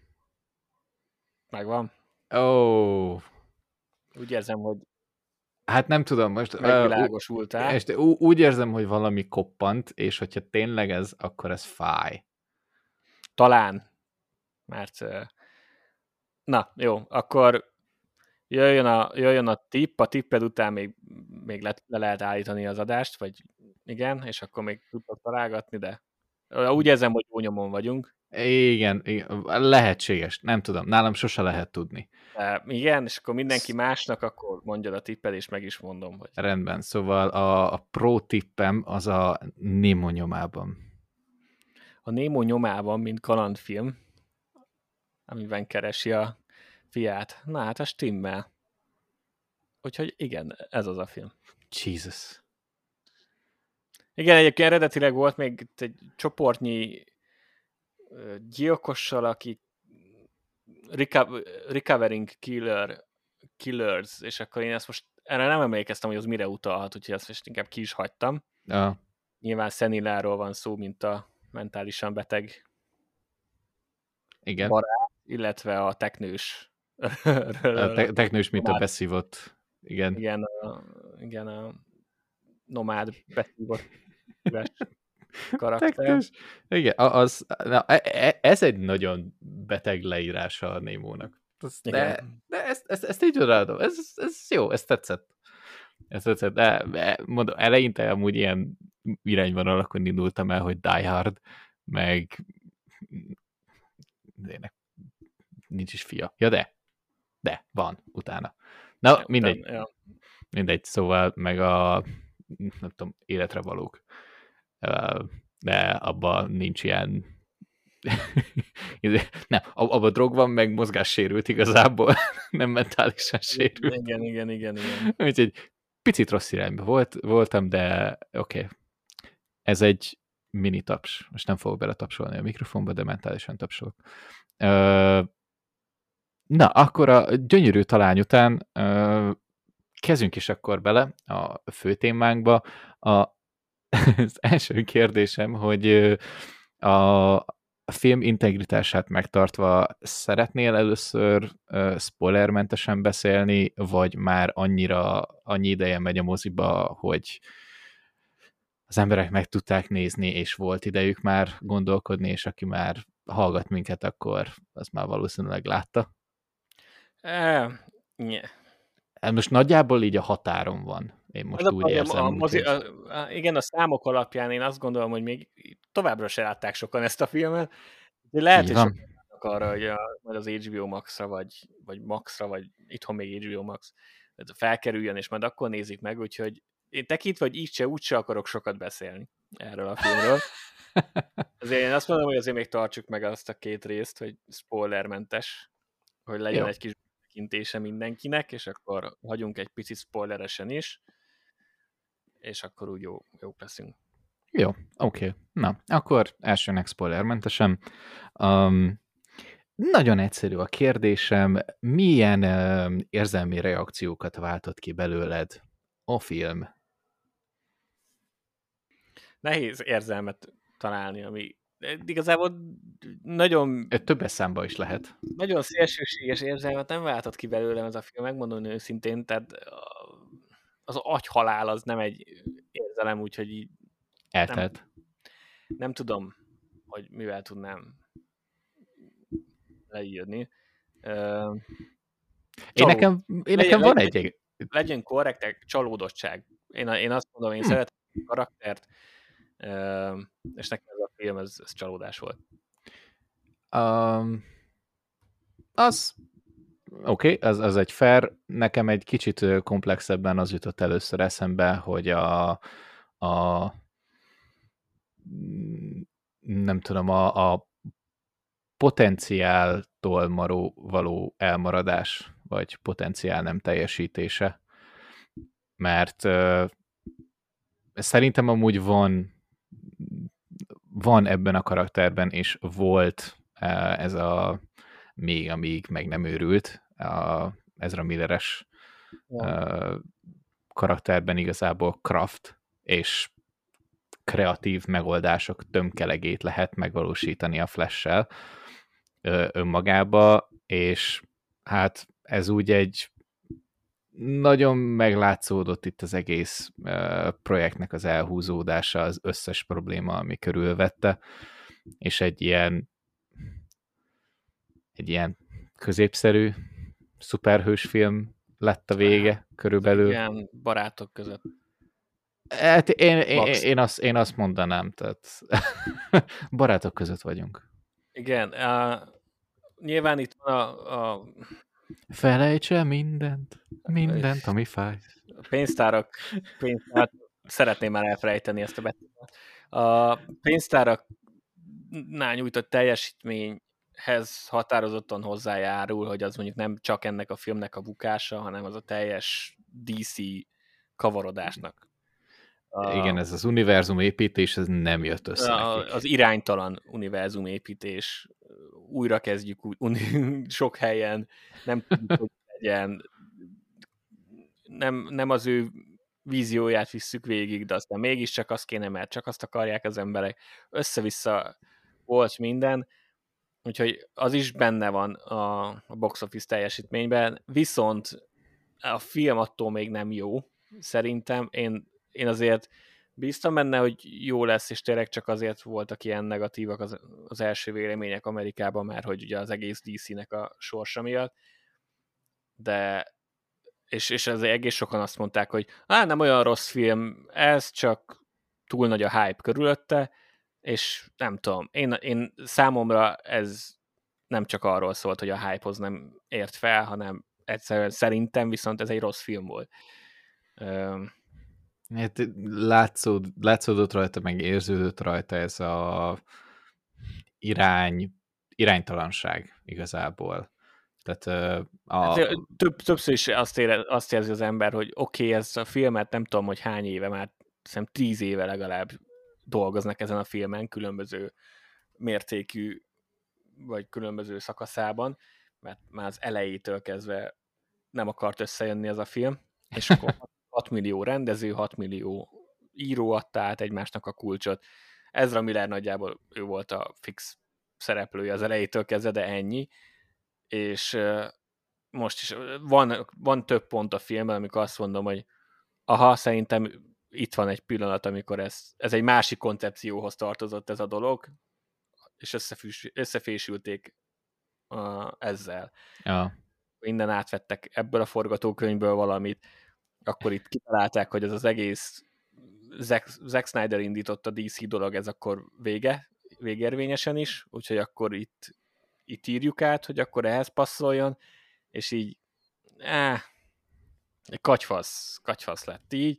Speaker 2: Megvan?
Speaker 1: Ó. Oh.
Speaker 2: Úgy érzem, hogy
Speaker 1: hát nem tudom, most
Speaker 2: megvilágosultál.
Speaker 1: Uh, úgy érzem, hogy valami koppant, és hogyha tényleg ez, akkor ez fáj.
Speaker 2: Talán. Mert na, jó, akkor jöjjön a, jöjjön a tipp, a tipped után még, még le, le lehet állítani az adást, vagy igen, és akkor még tudod találgatni, de úgy érzem, hogy jó nyomon vagyunk.
Speaker 1: Igen, igen, lehetséges, nem tudom, nálam sose lehet tudni.
Speaker 2: De igen, és akkor mindenki másnak, akkor mondjad a tipped, és meg is mondom, hogy...
Speaker 1: Rendben, szóval a, a pro tippem az a Nemo nyomában.
Speaker 2: A Nemo nyomában, mint kalandfilm, amiben keresi a fiát. Na hát a stimmel. Úgyhogy igen, ez az a film.
Speaker 1: Jesus.
Speaker 2: Igen, egyébként eredetileg volt még egy csoportnyi gyilkossal, aki reco- recovering killer, killers, és akkor én ezt most erre nem emlékeztem, hogy az mire utalhat, úgyhogy ezt most inkább ki is hagytam.
Speaker 1: Ja.
Speaker 2: Nyilván Szeniláról van szó, mint a mentálisan beteg
Speaker 1: Igen.
Speaker 2: barát, illetve a teknős.
Speaker 1: A te- teknős, mint a beszívott. Igen.
Speaker 2: Igen, a, igen, a nomád beszívott karakter.
Speaker 1: Teknős. Igen, az, na, ez egy nagyon beteg leírása a Némónak. De, de ezt, ezt, ezt így adom. Ez, ez jó, ez tetszett. Ez tetszett. De, de mondom, eleinte amúgy ilyen irányvonalakon indultam el, hogy Die Hard, meg nincs is fia. Ja, de. De, van, utána. Na, ja, mindegy. Utána, ja. Mindegy, szóval meg a nem tudom, életre valók. De abban nincs ilyen nem, abban drog van, meg mozgássérült igazából, nem mentálisan sérült.
Speaker 2: Igen, igen, igen, igen.
Speaker 1: Úgyhogy picit rossz irányba volt, voltam, de oké. Okay. Ez egy mini taps. Most nem fogok bele tapsolni a mikrofonba, de mentálisan tapsolok. Na, akkor a gyönyörű talány után kezdjünk is akkor bele a fő témánkba. A, az első kérdésem, hogy a film integritását megtartva szeretnél először spoilermentesen beszélni, vagy már annyira, annyi ideje megy a moziba, hogy az emberek meg tudták nézni, és volt idejük már gondolkodni, és aki már hallgat minket, akkor az már valószínűleg látta.
Speaker 2: Uh, yeah.
Speaker 1: Most nagyjából így a határon van. Én most úgy
Speaker 2: a,
Speaker 1: érzem.
Speaker 2: A, mozi, a, a, igen, a számok alapján én azt gondolom, hogy még továbbra se látták sokan ezt a filmet. De lehet, hogy sokan arra, hogy a, majd az há bé o Max-ra, vagy, vagy Max-ra, vagy itthon még há bé o Max felkerüljön, és majd akkor nézik meg, úgyhogy én tekintve, hogy így se, úgy se akarok sokat beszélni erről a filmről. Azért én azt mondom, hogy azért még tartsuk meg azt a két részt, hogy spoilermentes, hogy legyen Jó. egy kis tekintése mindenkinek, és akkor hagyunk egy picit spoileresen is, és akkor úgy jó, jók leszünk.
Speaker 1: Jó, oké. Okay. Na, akkor elsőnek spoilermentesen. Um, nagyon egyszerű a kérdésem, milyen um, érzelmi reakciókat váltott ki belőled a film?
Speaker 2: Nehéz érzelmet találni, ami igazából nagyon...
Speaker 1: Többes számba is lehet.
Speaker 2: Nagyon szélsőséges érzelmet nem váltott ki belőlem ez a film, megmondom őszintén, tehát az agyhalál az nem egy érzelem, úgyhogy így
Speaker 1: eltelt.
Speaker 2: Nem, nem tudom, hogy mivel tudnám leírni. Uh,
Speaker 1: én nekem, én nekem van egy...
Speaker 2: Legyen, legyen korrektek, csalódottság. Én, én azt mondom, én hmm. szeretem a karaktert, uh, és nekem ez a film, ez, ez csalódás volt.
Speaker 1: Um, az... Oké, okay, az, az egy fair. Nekem egy kicsit komplexebben az jutott először eszembe, hogy a, a nem tudom, a, a potenciáltól maró, való elmaradás, vagy potenciál nem teljesítése. Mert uh, szerintem amúgy van van ebben a karakterben, és volt uh, ez a még, amíg meg nem őrült, a Ezra Milleres uh, karakterben igazából craft, és kreatív megoldások tömkelegét lehet megvalósítani a Flash-sel önmagába, és hát ez úgy egy nagyon meglátszódott itt az egész uh, projektnek az elhúzódása, az összes probléma, ami körülvette, és egy ilyen egy ilyen középszerű szuperhős film lett a vége körülbelül.
Speaker 2: Igen, barátok között.
Speaker 1: Hát én, én, én, azt, én azt mondanám, tehát barátok között vagyunk.
Speaker 2: Igen, uh, nyilván itt van a, a...
Speaker 1: Felejts el mindent, mindent, ami fáj.
Speaker 2: A pénztárak, pénztárak szeretném már elfelejteni ezt a betűt. A pénztáraknál nyújtott teljesítményhez határozottan hozzájárul, hogy az mondjuk nem csak ennek a filmnek a bukása, hanem az a teljes dé cé kavarodásnak
Speaker 1: igen, ez az univerzum építés, ez nem jött össze
Speaker 2: a,
Speaker 1: nekik.
Speaker 2: az iránytalan univerzum építés, újra kezdjük uni, sok helyen, nem tudjuk, hogy legyen, nem, nem az ő vízióját visszük végig, de aztán mégiscsak azt kéne, mert csak azt akarják az emberek. Össze-vissza volt minden, úgyhogy az is benne van a, a box office teljesítményben, viszont a film attól még nem jó, szerintem. Én, én azért bíztam benne, hogy jó lesz, és tényleg csak azért voltak ilyen negatívak az, az első vélemények Amerikában, mert hogy ugye az egész dé cé-nek a sorsa miatt, de és, és azért egész sokan azt mondták, hogy á, nem olyan rossz film, ez csak túl nagy a hype körülötte, és nem tudom, én, én számomra ez nem csak arról szólt, hogy a hype-hoz nem ért fel, hanem egyszerűen szerintem viszont ez egy rossz film volt. Um,
Speaker 1: Hát látszód, látszódott rajta, meg érződött rajta ez a irány, iránytalanság igazából. Tehát a...
Speaker 2: Több, többször is azt, ére, azt érzi az ember, hogy oké, okay, ez a filmet nem tudom, hogy hány éve, már hiszem tíz éve legalább dolgoznak ezen a filmen, különböző mértékű, vagy különböző szakaszában, mert már az elejétől kezdve nem akart összejönni ez a film, és akkor hat millió rendező, hat millió író adta át egymásnak a kulcsot. Ezra Miller nagyjából ő volt a fix szereplője az elejétől kezdve, de ennyi. És most is van, van több pont a filmben, amikor azt mondom, hogy aha, szerintem itt van egy pillanat, amikor ez, ez egy másik koncepcióhoz tartozott ez a dolog, és összefűs, összefésülték uh, ezzel.
Speaker 1: Ja.
Speaker 2: Minden átvettek ebből a forgatókönyvből valamit, akkor itt kitalálták, hogy ez az egész Zack, Zack Snyder indított a dé cé dolog, ez akkor vége, végérvényesen is, úgyhogy akkor itt, itt írjuk át, hogy akkor ehhez passzoljon, és így áh, egy katyfasz, katyfasz lett így.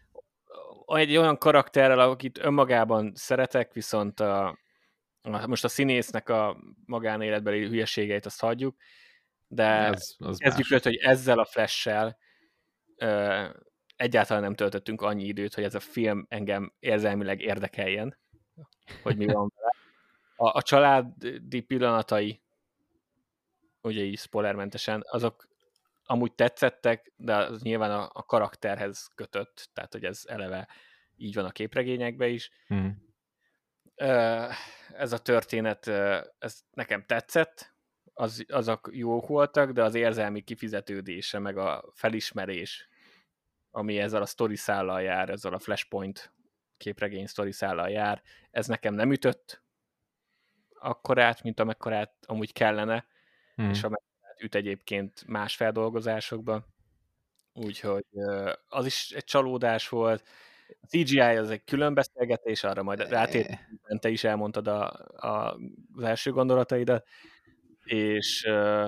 Speaker 2: Egy olyan karakterrel, akit önmagában szeretek, viszont a, a, most a színésznek a magánéletbeli hülyeségeit azt hagyjuk, de
Speaker 1: az, az
Speaker 2: kezdjük őt, hogy ezzel a Flash-sel ö, egyáltalán nem töltöttünk annyi időt, hogy ez a film engem érzelmileg érdekeljen, hogy mi van vele. A, a családi pillanatai, ugye így spoilermentesen, azok amúgy tetszettek, de az nyilván a, a karakterhez kötött, tehát hogy ez eleve így van a képregényekben is.
Speaker 1: Hmm.
Speaker 2: Ez a történet, ez nekem tetszett, az, azok jók voltak, de az érzelmi kifizetődése, meg a felismerés, ami ezzel a sztori szállal jár, ezzel a Flashpoint képregény sztori szállal jár, ez nekem nem ütött akkorát, mint amekkorát amúgy kellene, hmm. és amekkorát üt egyébként más feldolgozásokban. Úgyhogy az is egy csalódás volt. A cé gé í az egy külön beszélgetés, arra majd rátérünk, te is elmondtad a, a, az első gondolataidat, és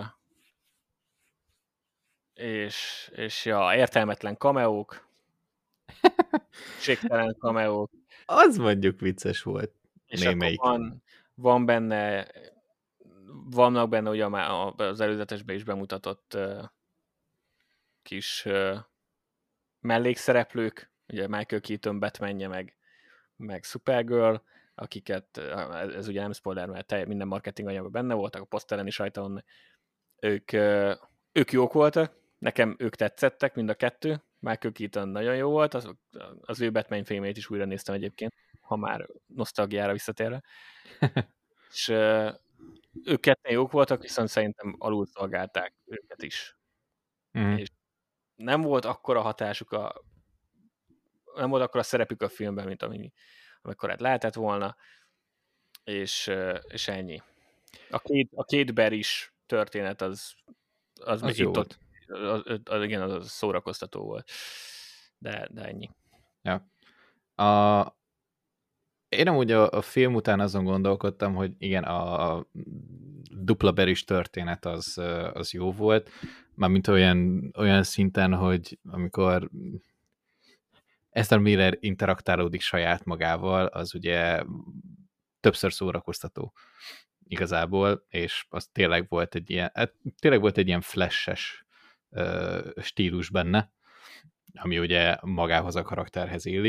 Speaker 2: és, és ja, értelmetlen kameók, ségtelen kameók.
Speaker 1: Az mondjuk vicces volt.
Speaker 2: És némelyik. Van, van benne, vannak benne ugye az előzetesben is bemutatott uh, kis uh, mellékszereplők, ugye Michael Keaton Batmanje, meg, meg Supergirl, akiket, ez ugye nem spoiler, mert minden marketing anyagban benne voltak, a poszteren is rajta van. Ők, uh, ők jók voltak, nekem ők tetszettek, mind a kettő. Michael Keaton nagyon jó volt, az, az ő Batman filmét is újra néztem egyébként, ha már nosztalgiára visszatérve. És uh, ők ketten jók voltak, viszont szerintem alul szolgálták őket is. Mm. És nem volt akkora hatásuk a nem volt akkora szerepük a filmben, mint ami, amikor hát lehetett volna, és, és ennyi. A két, a két Barrys történet az az, az jó volt. Az, az, az, igen, az szórakoztató volt. De, de ennyi.
Speaker 1: Ja. A, én amúgy a, a film után azon gondolkodtam, hogy igen, a, a dupla Barrys történet az, az jó volt, mármint olyan, olyan szinten, hogy amikor Ezra Miller interaktálódik saját magával, az ugye többször szórakoztató igazából, és az tényleg volt egy ilyen, tényleg volt egy ilyen flashes uh, stílus benne, ami ugye magához a karakterhez illik,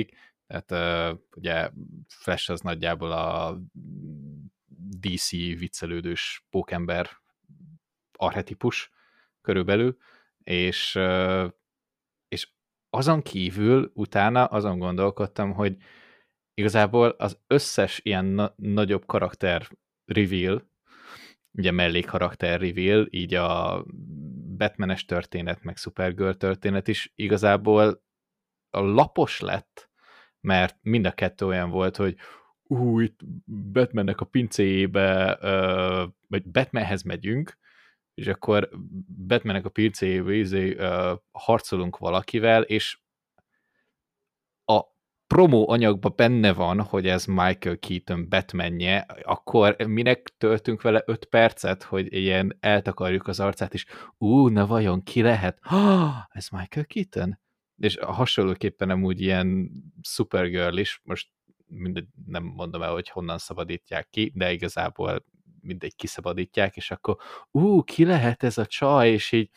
Speaker 1: Tehát uh, ugye Flash az nagyjából a dé cé viccelődős pókember archetipus körülbelül, és, uh, és azon kívül utána azon gondolkodtam, hogy igazából az összes ilyen na- nagyobb karakter reveal, ugye mellékkarakter reveal, így a Batmanes történet, meg Supergirl történet is igazából a lapos lett, mert mind a kettő olyan volt, hogy ú, itt Batmannek a pincéjébe, uh, vagy Batmanhez megyünk, és akkor Batmannek a pincéjébe izé, uh, harcolunk valakivel, és a promó anyagban benne van, hogy ez Michael Keaton Batmanje, akkor minek töltünk vele öt percet, hogy ilyen eltakarjuk az arcát, és ú, na vajon ki lehet? Ah, ez Michael Keaton? És hasonlóképpen amúgy ilyen Supergirl is, most mindegy, nem mondom el, hogy honnan szabadítják ki, de igazából mindegy kiszabadítják, és akkor ú, ki lehet ez a csaj, és így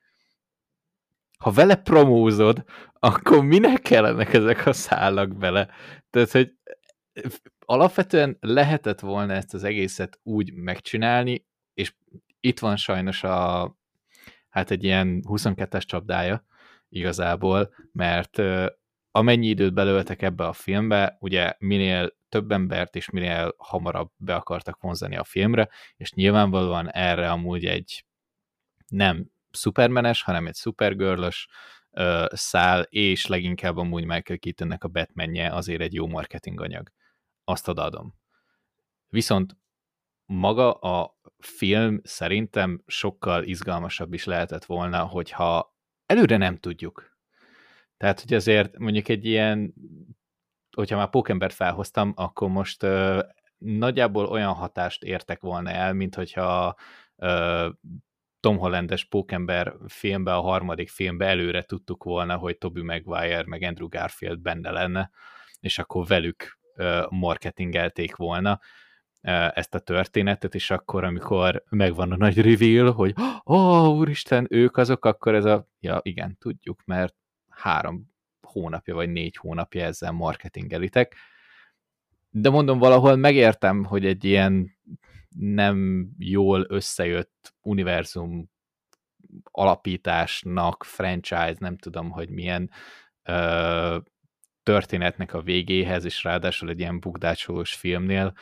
Speaker 1: ha vele promózod, akkor minek kellenek ezek a szálak bele? Tehát, hogy alapvetően lehetett volna ezt az egészet úgy megcsinálni, és itt van sajnos a, hát egy ilyen huszonkettes csapdája igazából, mert amennyi időt belöltek ebbe a filmbe, ugye minél több embert és minél hamarabb be akartak vonzani a filmre, és nyilvánvalóan erre amúgy egy nem Supermanes, hanem egy Supergirl-ös uh, szál, és leginkább amúgy Michael Keatonnek a Batmanje azért egy jó marketing anyag. Azt adom. Viszont maga a film szerintem sokkal izgalmasabb is lehetett volna, hogyha előre nem tudjuk. Tehát, hogy azért mondjuk egy ilyen, hogyha már Pókembert felhoztam, akkor most uh, nagyjából olyan hatást értek volna el, mint hogyha uh, Tom Hollandes Pókember filmbe, a harmadik filmbe előre tudtuk volna, hogy Tobey Maguire meg Andrew Garfield benne lenne, és akkor velük uh, marketingelték volna uh, ezt a történetet, és akkor, amikor megvan a nagy reveal, hogy ó, oh, úristen, ők azok, akkor ez a, ja igen, tudjuk, mert három hónapja, vagy négy hónapja ezzel marketingelitek. De mondom, valahol megértem, hogy egy ilyen nem jól összejött univerzum alapításnak, franchise, nem tudom, hogy milyen ö, történetnek a végéhez, és ráadásul egy ilyen bukdácsolós filmnél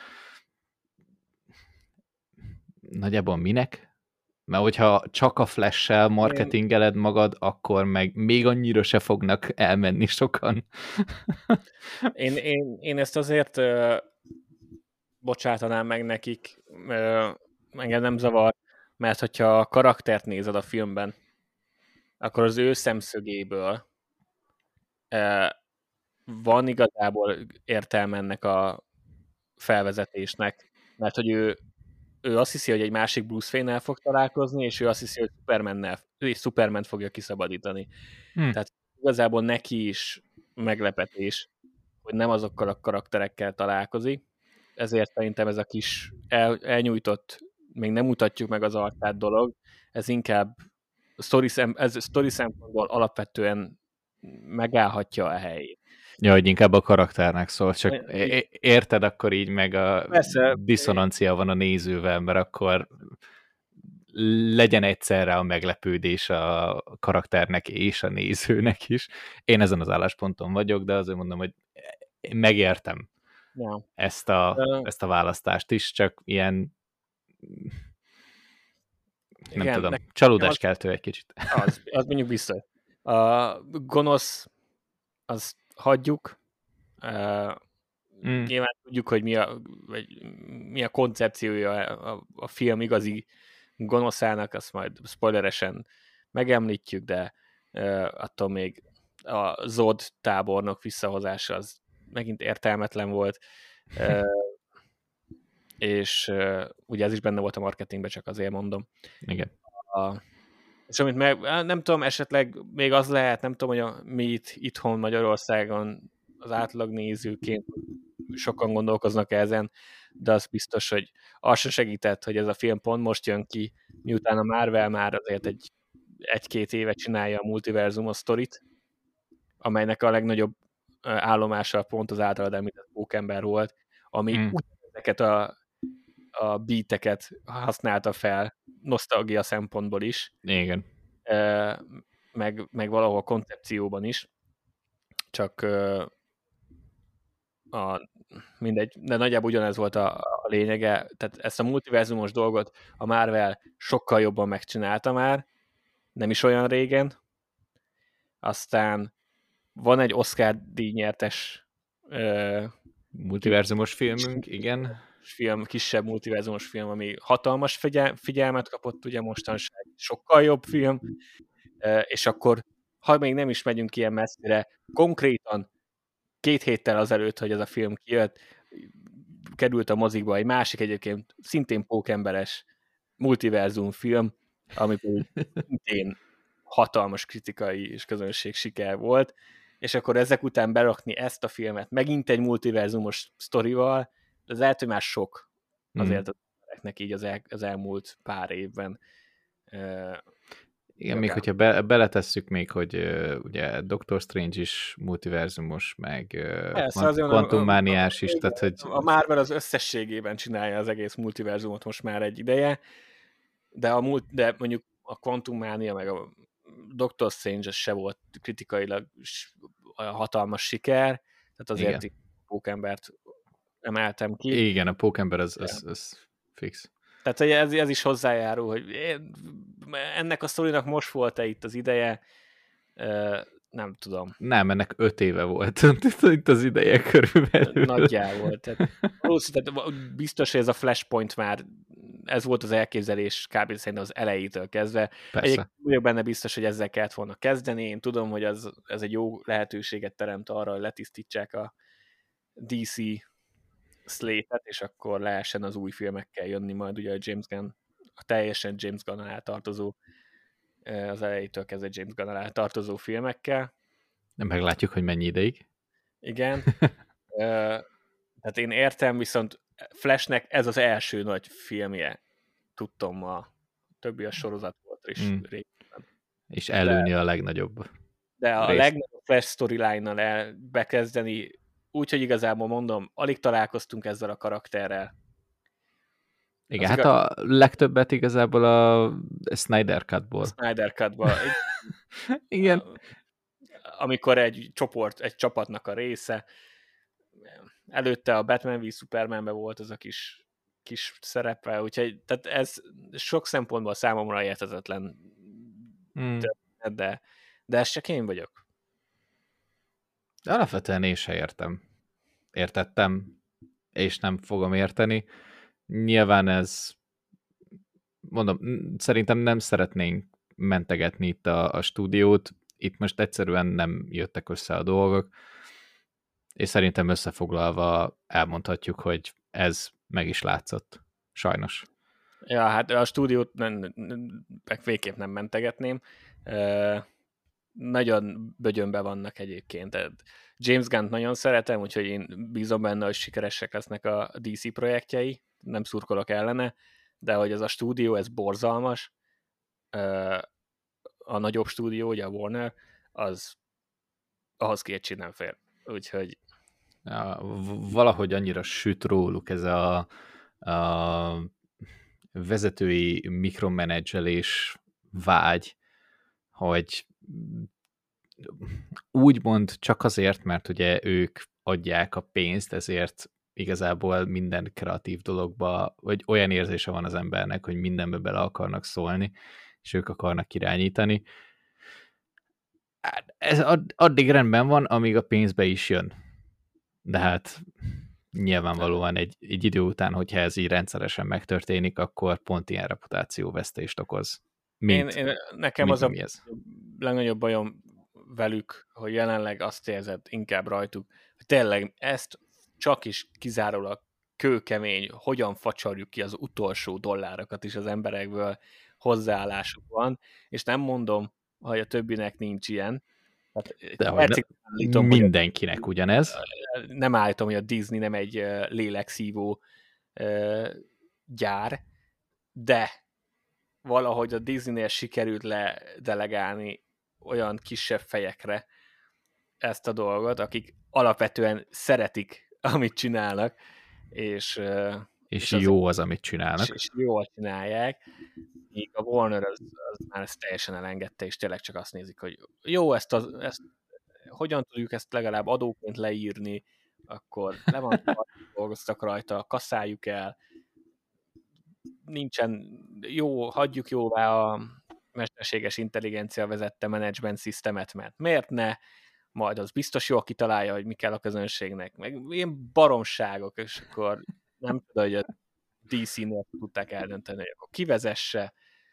Speaker 1: nagyjából minek? Mert hogyha csak a Flash-sel marketingeled magad, akkor meg még annyira se fognak elmenni sokan.
Speaker 2: én, én, én ezt azért uh, bocsátanám meg nekik, uh, engem nem zavar, mert hogyha a karaktert nézed a filmben, akkor az ő szemszögéből uh, van igazából értelme ennek a felvezetésnek, mert hogy ő, ő azt hiszi, hogy egy másik Bruce Wayne-nel fog találkozni, és ő azt hiszi, hogy Superman-nel, ő is Superman fogja kiszabadítani. Hmm. Tehát igazából neki is meglepetés, hogy nem azokkal a karakterekkel találkozik, ezért szerintem ez a kis el, elnyújtott, még nem mutatjuk meg az arcát dolog, ez inkább sztori, szem, ez sztori szempontból alapvetően megállhatja a helyét.
Speaker 1: Ja, hogy inkább a karakternek szól, csak érted, akkor így meg a Persze. diszonancia van a nézővel, mert akkor legyen egyszerre a meglepődés a karakternek és a nézőnek is. Én ezen az állásponton vagyok, de azért mondom, hogy megértem ja. ezt, a, uh, ezt a választást is, csak ilyen nem igen, tudom, csalódáskeltő egy kicsit.
Speaker 2: Az, az mondjuk biztos. A gonosz azt hagyjuk. Uh, mm. Nyilván tudjuk, hogy mi a, vagy mi a koncepciója a, a film igazi gonoszának, azt majd spoileresen megemlítjük, de uh, attól még a Zod tábornok visszahozása az megint értelmetlen volt. Uh, és uh, ugye ez is benne volt a marketingben, csak azért mondom.
Speaker 1: Igen.
Speaker 2: A, és amit meg, nem tudom, esetleg még az lehet, nem tudom, hogy a, mi itt, itthon Magyarországon az átlag nézőként sokan gondolkoznak ezen, de az biztos, hogy az se segített, hogy ez a film pont most jön ki, miután a Marvel már azért egy, egy-két éve csinálja a multiverzumos sztorit, amelynek a legnagyobb állomása pont az általad említett Pókember volt, ami
Speaker 1: Mm.
Speaker 2: ugyanezeket a, a beateket használta fel, nosztalgia szempontból is,
Speaker 1: Igen.
Speaker 2: meg, meg valahol koncepcióban is, csak a, mindegy, de nagyjából ugyanez volt a, a lényege, tehát ezt a multiverzumos dolgot a Marvel sokkal jobban megcsinálta már, nem is olyan régen, aztán van egy Oscar-díj nyertes uh,
Speaker 1: multiverzumos filmünk, igen.
Speaker 2: Film, kisebb multiverzumos film, ami hatalmas figyel- figyelmet kapott, ugye mostanság sokkal jobb film, uh, és akkor, ha még nem is megyünk ilyen messzire, konkrétan két héttel azelőtt, hogy ez a film kijött, került a mozikba egy másik egyébként szintén pókemberes multiverzum film, ami szintén hatalmas kritikai és közönség siker volt, és akkor ezek után berakni ezt a filmet megint egy multiverzumos sztorival, az lehet, hogy már sok azért mm. az embereknek így az, el, az elmúlt pár évben. Uh,
Speaker 1: Igen, még hogyha be, beletesszük még, hogy uh, ugye Doctor Strange is multiverzumos, meg uh, kvantummániás is, tehát hogy...
Speaker 2: A Marvel az összességében csinálja az egész multiverzumot most már egy ideje, de, a múlt, de mondjuk a kvantummánia, meg a Doctor Strange se volt kritikailag hatalmas siker, tehát azért igen. Pókembert emeltem ki.
Speaker 1: Igen, a Pókember az, az, az fix.
Speaker 2: Tehát ez, ez is hozzájárul, hogy ennek a sztorinak most volt-e itt az ideje, nem tudom.
Speaker 1: Nem, ennek öt éve volt itt az ideje körülbelül.
Speaker 2: Nagyjából. Tehát, tehát biztos, hogy ez a Flashpoint már, ez volt az elképzelés kb. Szerintem az elejétől kezdve. Egyébként vagyok benne biztos, hogy ezzel kellett volna kezdeni. Én tudom, hogy ez, ez egy jó lehetőséget teremt arra, hogy letisztítsák a dé cé slate-et, és akkor lehessen az új filmekkel jönni majd, ugye a James Gunn, a teljesen James Gunn alá tartozó, az elejétől kezdve James Gunn alá tartozó filmekkel.
Speaker 1: Nem meglátjuk, hogy mennyi ideig.
Speaker 2: Igen. Tehát én értem, viszont Flashnek ez az első nagy filmje, tudtom, a többi a sorozat volt is mm. régen.
Speaker 1: És előni de, a legnagyobb
Speaker 2: De a részt. legnagyobb Flash storyline-nal bekezdeni, úgyhogy igazából mondom, alig találkoztunk ezzel a karakterrel.
Speaker 1: Igen, az hát igaz... a legtöbbet igazából a Snyder Cut-ból.
Speaker 2: A Snyder Cut-ból.
Speaker 1: Igen.
Speaker 2: Amikor egy csoport, egy csapatnak a része, előtte a Batman v Supermanben volt az a kis, kis szerepe, úgyhogy tehát ez sok szempontból számomra érthetetlen, hmm. de, de ez csak én vagyok.
Speaker 1: De alapvetően én se értem. Értettem, és nem fogom érteni. Nyilván ez, mondom, szerintem nem szeretnénk mentegetni itt a, a stúdiót, itt most egyszerűen nem jöttek össze a dolgok, és szerintem összefoglalva elmondhatjuk, hogy ez meg is látszott. Sajnos.
Speaker 2: Ja, hát a stúdiót nem, meg végképp nem mentegetném. Uh, nagyon bögyönbe vannak egyébként. James Gunn-t nagyon szeretem, úgyhogy én bízom benne, hogy sikeresek lesznek a dé cé projektjei, nem szurkolok ellene, de hogy ez a stúdió, ez borzalmas. Uh, a nagyobb stúdió, ugye a Warner, az ahhoz kétség nem fér. Úgyhogy
Speaker 1: ja, valahogy annyira süt róluk ez a, a vezetői mikromenedzselés vágy, hogy úgymond csak azért, mert ugye ők adják a pénzt, ezért igazából minden kreatív dologba, vagy olyan érzése van az embernek, hogy mindenbe bele akarnak szólni, és ők akarnak irányítani. Ez addig rendben van, amíg a pénzbe is jön. De hát nyilvánvalóan egy, egy idő után, hogyha ez így rendszeresen megtörténik, akkor pont ilyen reputációvesztést okoz. Mint,
Speaker 2: én, én, nekem
Speaker 1: mint
Speaker 2: az a ez. legnagyobb bajom velük, hogy jelenleg azt érzed inkább rajtuk, hogy tényleg ezt csak is kizárólag kőkemény, hogyan facsarjuk ki az utolsó dollárokat is az emberekből hozzáállásuk van, és nem mondom, hogy a többinek nincs ilyen.
Speaker 1: De hogy állítom, mindenkinek hogy ugyanez.
Speaker 2: Nem állítom, hogy a Disney nem egy lélekszívó gyár, de valahogy a Disneynél sikerült ledelegálni olyan kisebb fejekre ezt a dolgot, akik alapvetően szeretik, amit csinálnak, és,
Speaker 1: és,
Speaker 2: és
Speaker 1: jó az, amit csinálnak.
Speaker 2: És, és jól csinálják, míg a Warner az, az már ezt teljesen elengedte, és tényleg csak azt nézik, hogy jó, ezt, az, ezt hogyan tudjuk ezt legalább adóként leírni, akkor le van, dolgoztak rajta, kasszáljuk el, nincsen jó, hagyjuk jóvá a mesterséges intelligencia vezette management systemet, mert miért ne? Majd az biztos jól kitalálja, hogy mi kell a közönségnek, meg ilyen baromságok, és akkor nem tudom, hogy a dé cé-nél tudták eldönteni, hogy akkor kivezesse,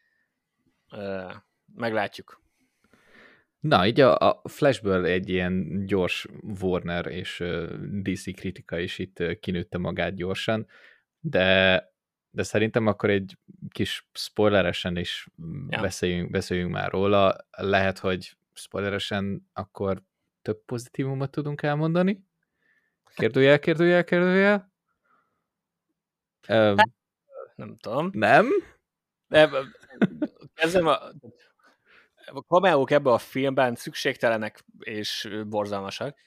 Speaker 2: meglátjuk.
Speaker 1: Na, így a, a Flashből egy ilyen gyors Warner és dé cé kritika is itt kinőtte magát gyorsan, de, de szerintem akkor egy kis spoileresen is ja. beszéljünk, beszéljünk már róla. Lehet, hogy spoileresen akkor több pozitívumot tudunk elmondani? Kérdőjel, kérdőjel, kérdőjel? Um,
Speaker 2: nem tudom.
Speaker 1: Nem?
Speaker 2: De, kezdem a... A kameók ebben a filmben szükségtelenek és borzalmasak.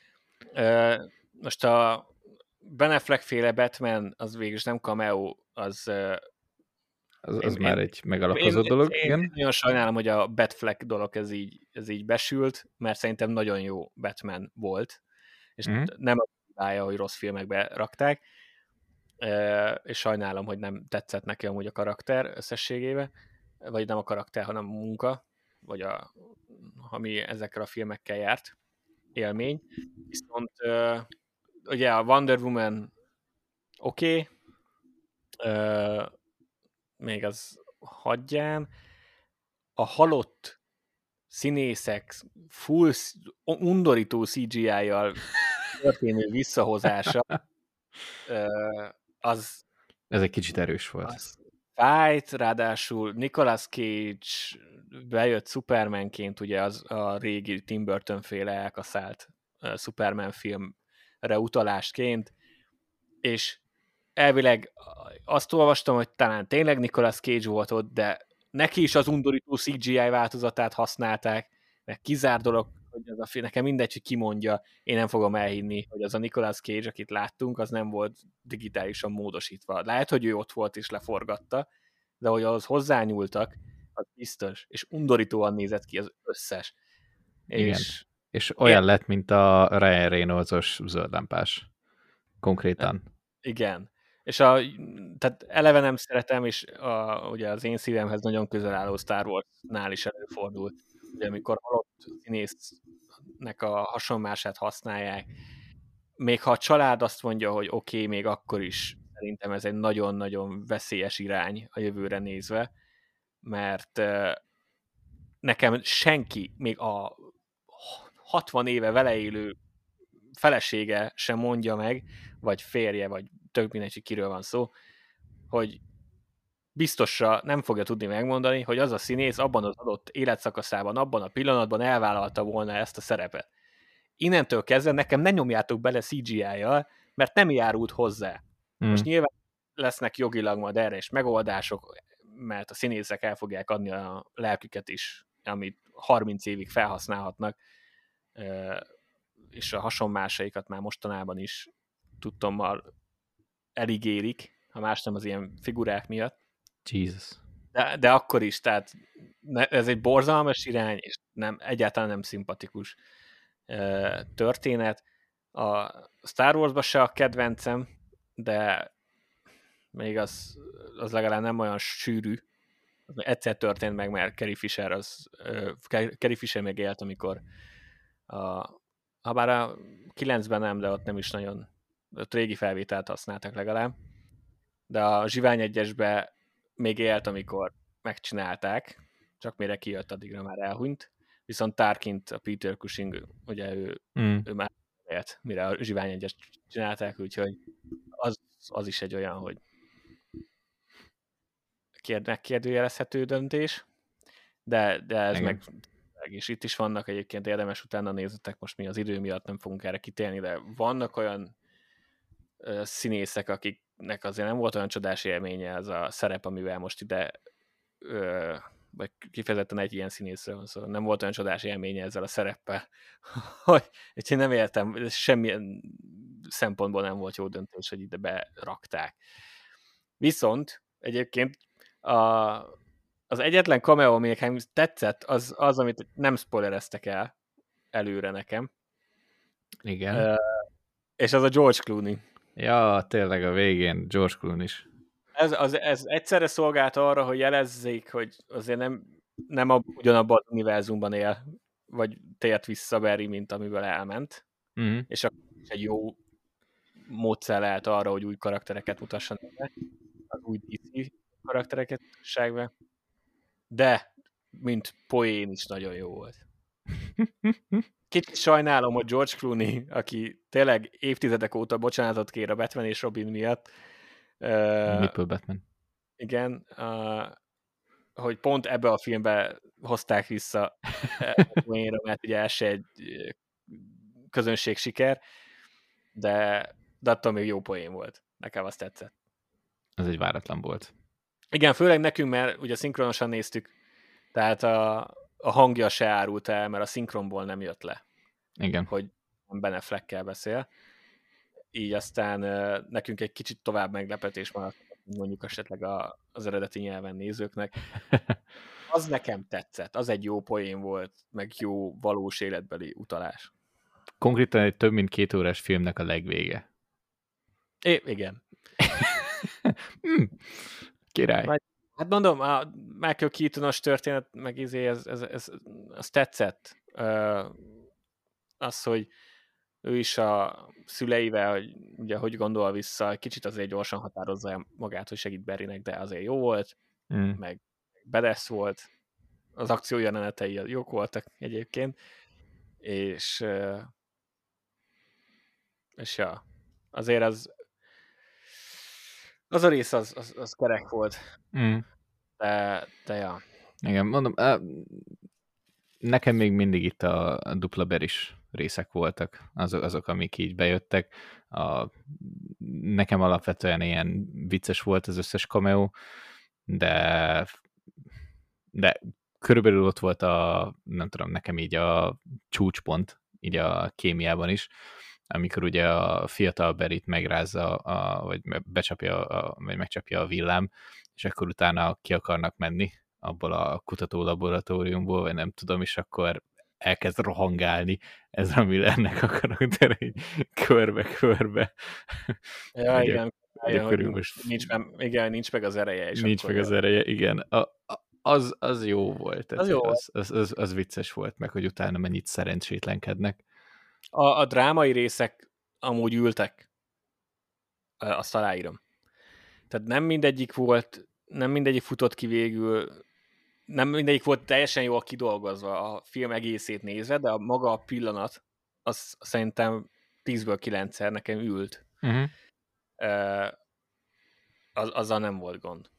Speaker 2: Most a Ben Affleck féle Batman az végül nem cameo, az...
Speaker 1: Az, az én, már egy megalapozott
Speaker 2: én,
Speaker 1: dolog,
Speaker 2: én,
Speaker 1: igen.
Speaker 2: Én nagyon sajnálom, hogy a Batfleck dolog ez így, ez így besült, mert szerintem nagyon jó Batman volt, és mm. nem az hibája, hogy rossz filmekbe rakták, és sajnálom, hogy nem tetszett neki amúgy a karakter összességébe, vagy nem a karakter, hanem a munka, vagy a, ami ezekkel a filmekkel járt, élmény. Viszont uh, ugye a Wonder Woman oké, okay, uh, még az hagyján. A halott színészek full, undorító cé gé í-jal történő visszahozása, uh, az...
Speaker 1: Ez egy kicsit erős volt.
Speaker 2: Az fájt, ráadásul Nicolas Cage bejött Supermanként, ugye az a régi Tim Burton féle elkaszált uh, Superman filmre utalásként, és elvileg azt olvastam, hogy talán tényleg Nicolas Cage volt ott, de neki is az undorító cé gé í változatát használták, mert kizár dolog, hogy az a film, nekem mindegy, hogy kimondja, én nem fogom elhinni, hogy az a Nicolas Cage, akit láttunk, az nem volt digitálisan módosítva. Lehet, hogy ő ott volt és leforgatta, de hogy ahhoz hozzányúltak, az biztos, és undorítóan nézett ki az összes.
Speaker 1: Igen. És, és olyan én... lett, mint a Ryan Reynolds-os zöldlámpás. Konkrétan.
Speaker 2: Igen. És a, tehát eleve nem szeretem, és a, ugye az én szívemhez nagyon közel álló Star Wars-nál is előfordul, ugye amikor halott színésznek a hasonlását használják, még ha a család azt mondja, hogy oké, okay, még akkor is szerintem ez egy nagyon-nagyon veszélyes irány a jövőre nézve, mert nekem senki, még a hatvan éve vele élő felesége sem mondja meg, vagy férje, vagy tök mindegy, hogy kiről van szó, hogy biztosra nem fogja tudni megmondani, hogy az a színész abban az adott életszakaszában, abban a pillanatban elvállalta volna ezt a szerepet. Innentől kezdve nekem ne nyomjátok bele cé gé í-jal, mert nem járult hozzá. Hmm. Most nyilván lesznek jogilag majd erre is megoldások, mert a színészek el fogják adni a lelküket is, amit harminc évig felhasználhatnak, és a hasonlásaikat már mostanában is tudtommal eligérik, ha más nem az ilyen figurák miatt.
Speaker 1: Jesus.
Speaker 2: De, de akkor is, tehát ez egy borzalmas irány, és nem, egyáltalán nem szimpatikus történet. A Star Wars-ban se a kedvencem, de még az, az legalább nem olyan sűrű. Egyszer történt meg, mert Carrie Fisher, az, Carrie Fisher még élt, amikor a, ha bár a kilencben nem, de ott nem is nagyon, ott régi felvételt használtak legalább, de a Zsivány egyesben még élt, amikor megcsinálták, csak mire kijött, addigra már elhunyt, viszont Tarkint, a Peter Cushing, ugye ő, mm. ő már élt, mire a Zsivány egyest csinálták, úgyhogy az, az is egy olyan, hogy kérd, megkérdőjelezhető döntés, de, de ez meg, és itt is vannak egyébként érdemes utána nézzetek, most mi az idő miatt nem fogunk erre kitérni, de vannak olyan uh, színészek, akiknek azért nem volt olyan csodás élménye ez a szerep, amivel most ide uh, vagy kifejezetten egy ilyen színészről van szó. Nem volt olyan csodás élménye ezzel a szereppel, hogy én nem értem, semmilyen szempontból nem volt jó döntés, hogy ide berakták. Viszont egyébként a, az egyetlen cameo, ami nekem tetszett, az, az, amit nem spoilereztek el előre nekem.
Speaker 1: Igen.
Speaker 2: Uh, és az a George Clooney.
Speaker 1: Ja, tényleg a végén George Clooney is.
Speaker 2: Ez, az, ez egyszerre szolgált arra, hogy jelezzék, hogy azért nem, nem a, ugyanabban az univerzumban él, vagy tért vissza Barry, mint amiből elment.
Speaker 1: Uh-huh.
Speaker 2: És akkor egy jó módszer lehet arra, hogy új karaktereket mutassanak be, az új dé cé karaktereket mutasság be. De, mint poén is nagyon jó volt. Kicsit sajnálom, hogy George Clooney, aki tényleg évtizedek óta bocsánatot kér a Batman és Robin miatt. Uh,
Speaker 1: Miből Batman?
Speaker 2: Igen, uh, hogy pont ebbe a filmbe hozták vissza a poénra, mert ugye ez se egy közönség siker, de, de attól még jó poén volt. Nekem azt tetszett.
Speaker 1: Ez egy váratlan volt.
Speaker 2: Igen, főleg nekünk, mert ugye szinkronosan néztük, tehát a, a hangja se árult el, mert a szinkronból nem jött le.
Speaker 1: Igen.
Speaker 2: Hogy Ben Affleckkel beszél. Így aztán nekünk egy kicsit tovább meglepetés maradt, mondjuk esetleg a, az eredeti nyelven nézőknek. Az nekem tetszett, az egy jó poén volt, meg jó valós életbeli utalás.
Speaker 1: Konkrétan egy több mint két órás filmnek a legvége.
Speaker 2: É, igen.
Speaker 1: hmm. Király.
Speaker 2: Nagy, hát mondom, a Michael Keatonos történet, meg izé, ez, ez, ez, ez tetszett. Uh, az, hogy ő is a szüleivel, hogy ugye hogy gondol vissza, kicsit azért gyorsan határozza magát, hogy segít Barrynek, de azért jó volt, mm. meg bedesz volt, az akció jelenetei jók voltak egyébként, és és ja, azért az az a rész az, az, az kerek volt. Mm. De, de ja.
Speaker 1: Igen, mondom, nekem még mindig itt a, a dupla beris részek voltak, azok, azok, amik így bejöttek. A, nekem alapvetően ilyen vicces volt az összes cameo, de de körülbelül ott volt a, nem tudom, nekem így a csúcspont, így a kémiában is, amikor ugye a fiatal Barryt megrázza, a, vagy becsapja, a, vagy megcsapja a villám, és akkor utána ki akarnak menni abból a kutató laboratóriumból, vagy nem tudom, és akkor elkezd rohangálni ez a Millernek a karakter, körbe-körbe.
Speaker 2: Ja, ugye, igen. Ugye, hogy most nincs, meg, igen, nincs meg az ereje. És
Speaker 1: nincs meg
Speaker 2: jön.
Speaker 1: az ereje, igen. A, a, az, az jó volt. Tehát
Speaker 2: az, jó.
Speaker 1: Az, az, az, az vicces volt, meg hogy utána mennyit szerencsétlenkednek.
Speaker 2: A, a drámai részek amúgy ültek. Azt aláírom. Tehát nem mindegyik volt, nem mindegyik futott ki végül, nem mindegyik volt teljesen jól kidolgozva a film egészét nézve, de a maga a pillanat, az szerintem tízből kilencszer nekem ült. Uh-huh. Az, azzal nem volt gond.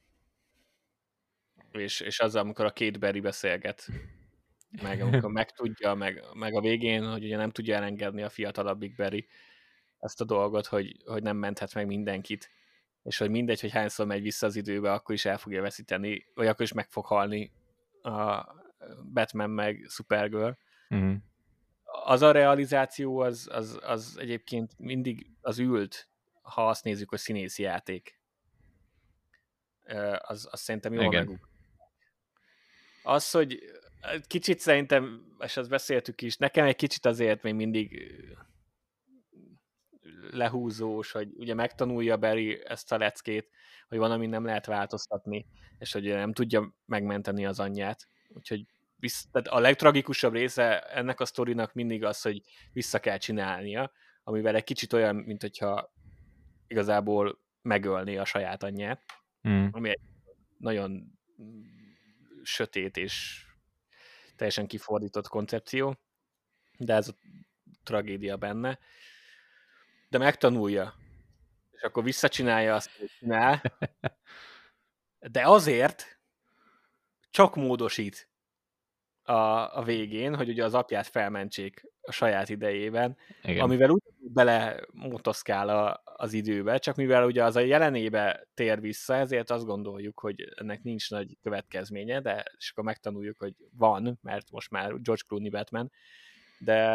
Speaker 2: És, és azzal, amikor a két Barry beszélget, meg amikor megtudja, meg, meg a végén, hogy ugye nem tudja elengedni a fiatalabbik Barry ezt a dolgot, hogy, hogy nem menthet meg mindenkit, és hogy mindegy, hogy hányszor megy vissza az időbe, akkor is el fogja veszíteni, vagy akkor is meg fog halni a Batman meg Supergirl. Uh-huh. Az a realizáció, az, az, az egyébként mindig az ült, ha azt nézzük, hogy színészi játék. Az, az szerintem jól megugrik. Az, hogy kicsit szerintem, és azt beszéltük is, nekem egy kicsit azért még mindig lehúzós, hogy ugye megtanulja Barry ezt a leckét, hogy van, ami nem lehet változtatni, és hogy nem tudja megmenteni az anyját. Úgyhogy visz, tehát a legtragikusabb része ennek a sztorinak mindig az, hogy vissza kell csinálnia, amivel egy kicsit olyan, mint hogyha igazából megölni a saját anyját, mm. ami egy nagyon sötét és teljesen kifordított koncepció, de ez a tragédia benne. De megtanulja, és akkor visszacsinálja azt, hogy csinál, de azért csak módosít a, a végén, hogy ugye az apját felmentsék a saját idejében, igen. Amivel úgy bele motoszkál a, az időbe, csak mivel ugye az a jelenébe tér vissza, ezért azt gondoljuk, hogy ennek nincs nagy következménye, de és akkor megtanuljuk, hogy van, mert most már George Clooney Batman, de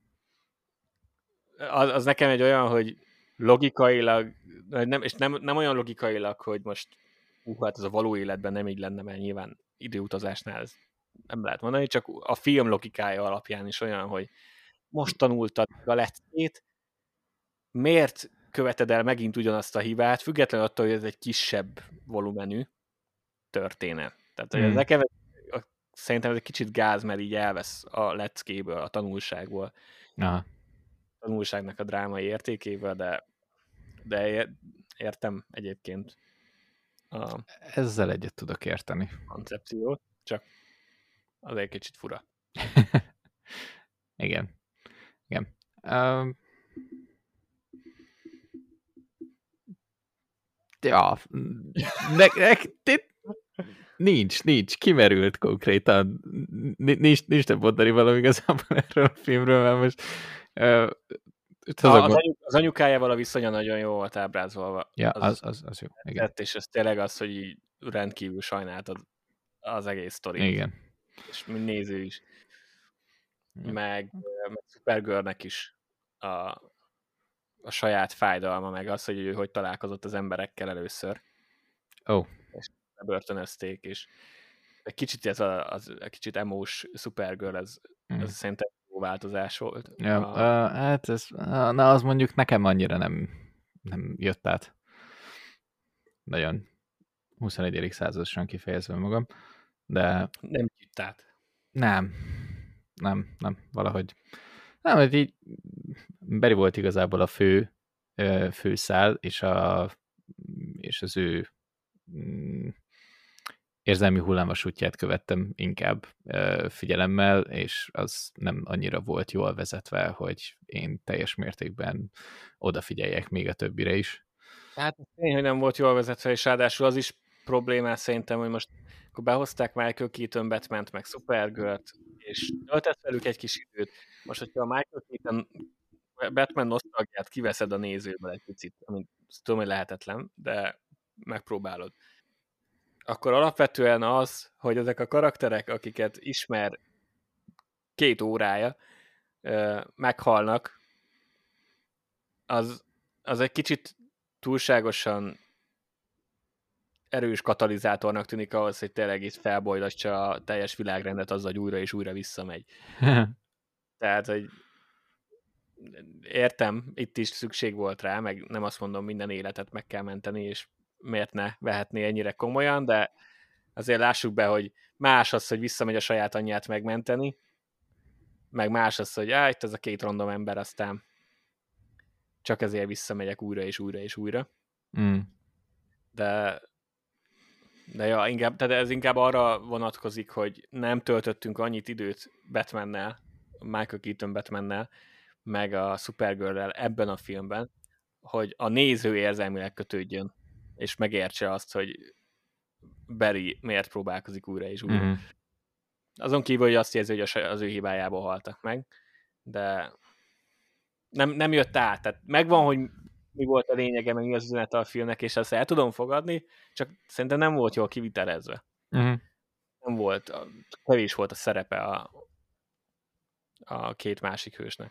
Speaker 2: az, az nekem egy olyan, hogy logikailag, nem, és nem, nem olyan logikailag, hogy most hú, hát ez a való életben nem így lenne, mert nyilván időutazásnál ez nem lehet mondani, csak a film logikája alapján is olyan, hogy most tanultad a leckét, miért követed el megint ugyanazt a hibát, függetlenül attól, hogy ez egy kisebb volumenű történet. Tehát, hogy ez
Speaker 1: Mm.
Speaker 2: nekem szerintem ez egy kicsit gáz, mert így elvesz a leckéből, a tanulságból,
Speaker 1: Aha.
Speaker 2: a tanulságnak a drámai értékéből, de, de értem egyébként a
Speaker 1: Ezzel egyet tudok érteni.
Speaker 2: koncepciót, csak az egy kicsit fura.
Speaker 1: Igen. Igen. Um, ja, ne, ne, te, nincs, nincs, kimerült konkrétan. Nincs, nincs több mondani valami igazából erről a filmről, mert most uh,
Speaker 2: a, az, anyu, az anyukájával a viszonya nagyon jó volt ábrázolva.
Speaker 1: Ja, az, az, az jó. Igen.
Speaker 2: És ez tényleg az, hogy így rendkívül sajnáltad az egész sztorit.
Speaker 1: Igen.
Speaker 2: És mint néző is. Igen. Meg, meg Supergirlnek is a, a saját fájdalma, meg az, hogy ő hogy találkozott az emberekkel először.
Speaker 1: Ó. Oh.
Speaker 2: És bebörtönözték, és egy kicsit ez a, az, egy kicsit emós Supergirl, ez, mm. ez szerintem jó változás volt.
Speaker 1: Ja,
Speaker 2: a...
Speaker 1: uh, hát ez, na az mondjuk nekem annyira nem, nem jött át. Nagyon huszonegyedik századosan kifejezve magam, de...
Speaker 2: Nem jött át.
Speaker 1: Nem, nem, nem, valahogy. Nem, hogy így Barry volt igazából a fő főszál, és, a, és az ő érzelmi hullámvasútját követtem inkább figyelemmel, és az nem annyira volt jól vezetve, hogy én teljes mértékben odafigyeljek még a többire is.
Speaker 2: Hát tény, hogy nem volt jól vezetve, és ráadásul az is problémás szerintem, hogy most akkor behozták Michael Keaton Batmant, meg Supergirlt, és töltett velük egy kis időt. Most, hogyha a Michael Keaton Batman nosztalgiát kiveszed a nézőből egy picit, amit tudom, hogy lehetetlen, de megpróbálod. Akkor alapvetően az, hogy ezek a karakterek, akiket ismer két órája, meghalnak, az, az egy kicsit túlságosan erős katalizátornak tűnik ahhoz, hogy tényleg itt felbolylatsa a teljes világrendet azzal, hogy újra és újra visszamegy. Tehát, hogy értem, itt is szükség volt rá, meg nem azt mondom, minden életet meg kell menteni, és miért ne vehetné ennyire komolyan, de azért lássuk be, hogy más az, hogy visszamegy a saját anyját megmenteni, meg más az, hogy á, itt ez a két random ember, aztán csak ezért visszamegyek újra és újra és újra.
Speaker 1: Mm.
Speaker 2: De de ja, inkább, tehát ez inkább arra vonatkozik, hogy nem töltöttünk annyit időt Batmannel, Michael Keaton Batmannel, meg a Supergirl-rel ebben a filmben, hogy a néző érzelmileg kötődjön, és megértse azt, hogy Barry miért próbálkozik újra és újra. Mm-hmm. Azon kívül, hogy azt érzi, hogy az ő hibájából haltak meg, de nem, nem jött át. Tehát megvan, hogy mi volt a lényege, meg mi az üzenete a filmnek, és azt el tudom fogadni, csak szerintem nem volt jól kivitelezve.
Speaker 1: Mm-hmm.
Speaker 2: Nem volt, kevés volt a szerepe a, a két másik hősnek.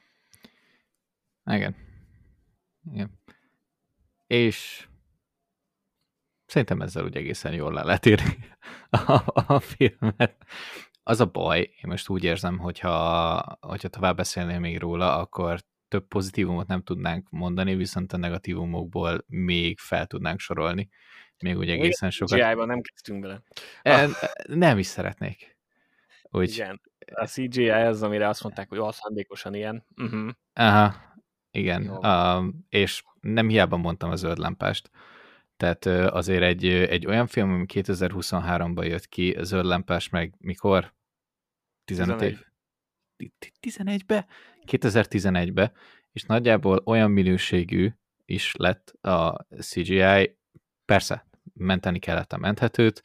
Speaker 1: Igen. Igen. És szerintem ezzel úgy egészen jól le lehet írni a, a filmet. Az a baj, én most úgy érzem, hogyha, hogyha tovább beszélnél még róla, akkor több pozitívumot nem tudnánk mondani, viszont a negatívumokból még fel tudnánk sorolni. Még úgy egészen
Speaker 2: még
Speaker 1: sokat.
Speaker 2: cé gé í-ban nem kezdtünk bele.
Speaker 1: E, nem is szeretnék. Úgy.
Speaker 2: Igen. A cé gé í az, amire azt mondták, hogy az szándékosan ilyen. Uh-huh.
Speaker 1: Aha, igen. Um, és nem hiába mondtam a zöld lámpást. Tehát azért egy, egy olyan film, ami kétezer-huszonháromban jött ki, a zöld lámpás meg mikor? tizenöt év? tizenegybe? kétezer-tizenegybe, és nagyjából olyan minőségű is lett a cé gé í, persze, menteni kellett a menthetőt,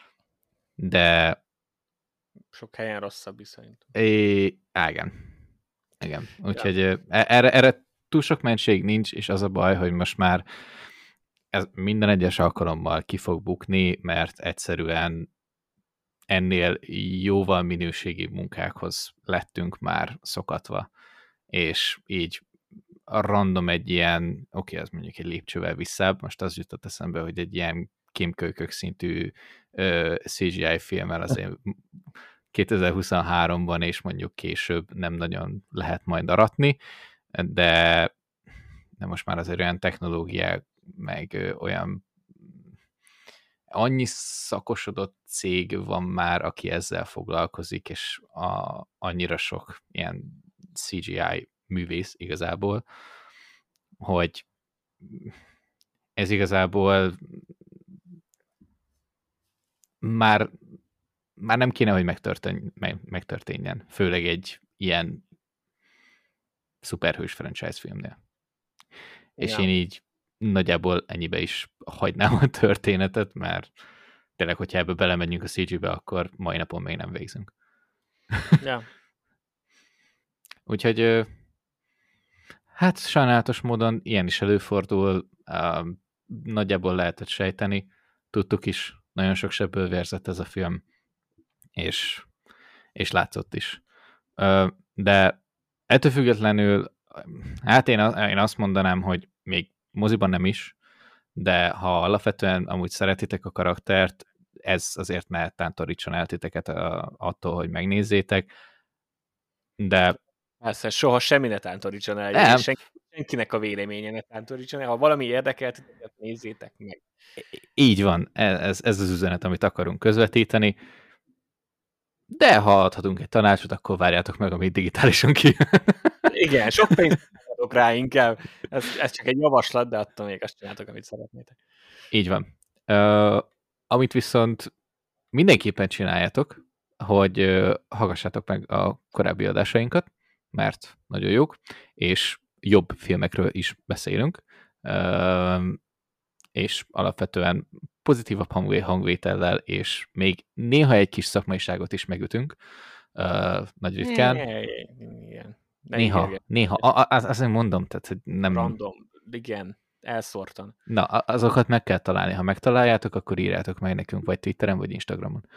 Speaker 1: de
Speaker 2: sok helyen rosszabb is szerintem.
Speaker 1: É, igen. Igen. Úgyhogy ja. erre, erre túl sok mentség nincs, és az a baj, hogy most már ez minden egyes alkalommal ki fog bukni, mert egyszerűen ennél jóval minőségi munkákhoz lettünk már szokatva, és így a random egy ilyen, oké, okay, ez mondjuk egy lépcsővel visszább, most az jutott eszembe, hogy egy ilyen kémkölykök szintű ö, cé gé í filmmel azért kétezer-huszonháromban és mondjuk később nem nagyon lehet majd aratni, de, de most már azért olyan technológiák, meg ö, olyan annyi szakosodott cég van már, aki ezzel foglalkozik, és a, annyira sok ilyen cé gé í művész igazából, hogy ez igazából már, már nem kéne, hogy megtörténjen, megtörténjen, főleg egy ilyen szuperhős franchise filmnél. És
Speaker 2: Ja.
Speaker 1: én így nagyjából ennyibe is hagynám a történetet, mert tényleg, hogyha ebbe belemegyünk a cé gé-be, akkor mai napon még nem végzünk.
Speaker 2: Ja.
Speaker 1: Úgyhogy hát sajnálatos módon ilyen is előfordul, nagyjából lehetett sejteni, tudtuk is, nagyon sok sebből vérzett ez a film, és, és látszott is. De ettől függetlenül, hát én, én azt mondanám, hogy még moziban nem is, de ha alapvetően amúgy szeretitek a karaktert, ez azért ne tántorítson el titeket attól, hogy megnézzétek, de...
Speaker 2: Persze, soha semmi ne tántorítson el, senki, senkinek a véleménye ne tántorítson el, ha valami érdekel titeket, nézzétek meg.
Speaker 1: Így van, ez, ez az üzenet, amit akarunk közvetíteni, de ha adhatunk egy tanácsot, akkor várjátok meg, amit digitálisan ki.
Speaker 2: Igen, sok pénzt adok rá inkább. Ez, ez csak egy javaslat, de attól még azt csináltok, amit szeretnétek.
Speaker 1: Így van. Uh, amit viszont mindenképpen csináljátok, hogy uh, hallgassátok meg a korábbi adásainkat, mert nagyon jók, és jobb filmekről is beszélünk, uh, és alapvetően pozitívabb hangvétellel, és még néha egy kis szakmaiságot is megütünk, uh, nagy ritkán.
Speaker 2: Igen.
Speaker 1: Néha, néha, azt én mondom, tehát hogy nem...
Speaker 2: Random, igen, elszórtan.
Speaker 1: Na, azokat meg kell találni. Ha megtaláljátok, akkor írjátok meg nekünk, vagy Twitteren, vagy Instagramon.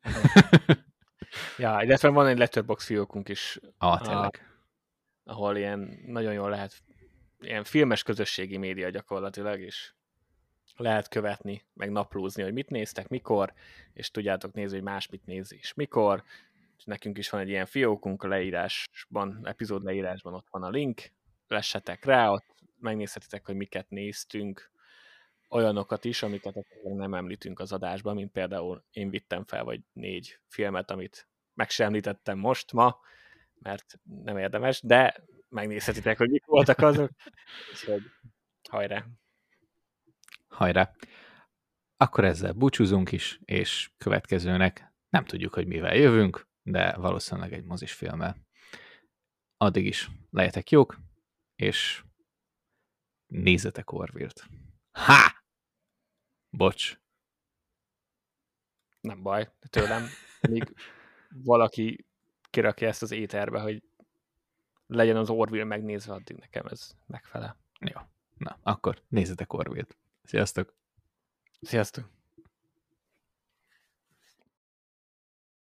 Speaker 2: Ja, illetve van egy Letterboxd fiókunk is.
Speaker 1: Ah, tényleg.
Speaker 2: A, ahol ilyen nagyon jól lehet, ilyen filmes közösségi média gyakorlatilag, és lehet követni, meg naplózni, hogy mit néztek, mikor, és tudjátok nézni, hogy más mit néz és mikor. És nekünk is van egy ilyen fiókunk a leírásban, epizód leírásban ott van a link, lessetek rá, ott megnézhetitek, hogy miket néztünk, olyanokat is, amiket nem említünk az adásban, mint például én vittem fel vagy négy filmet, amit meg sem említettem most ma, mert nem érdemes, de megnézhetitek, hogy mik voltak azok. Úgyhogy hajrá!
Speaker 1: Hajrá! Akkor ezzel búcsúzunk is, és következőnek nem tudjuk, hogy mivel jövünk, de valószínűleg egy mozis filmmel. Addig is legyetek jók, és nézzetek Orville-t. Ha! Bocs.
Speaker 2: Nem baj, tőlem. Még valaki kirakja ezt az éterbe, hogy legyen az Orville megnézve, addig nekem ez megfelel.
Speaker 1: Jó. Na, akkor nézzetek Orville-t. Sziasztok!
Speaker 2: Sziasztok!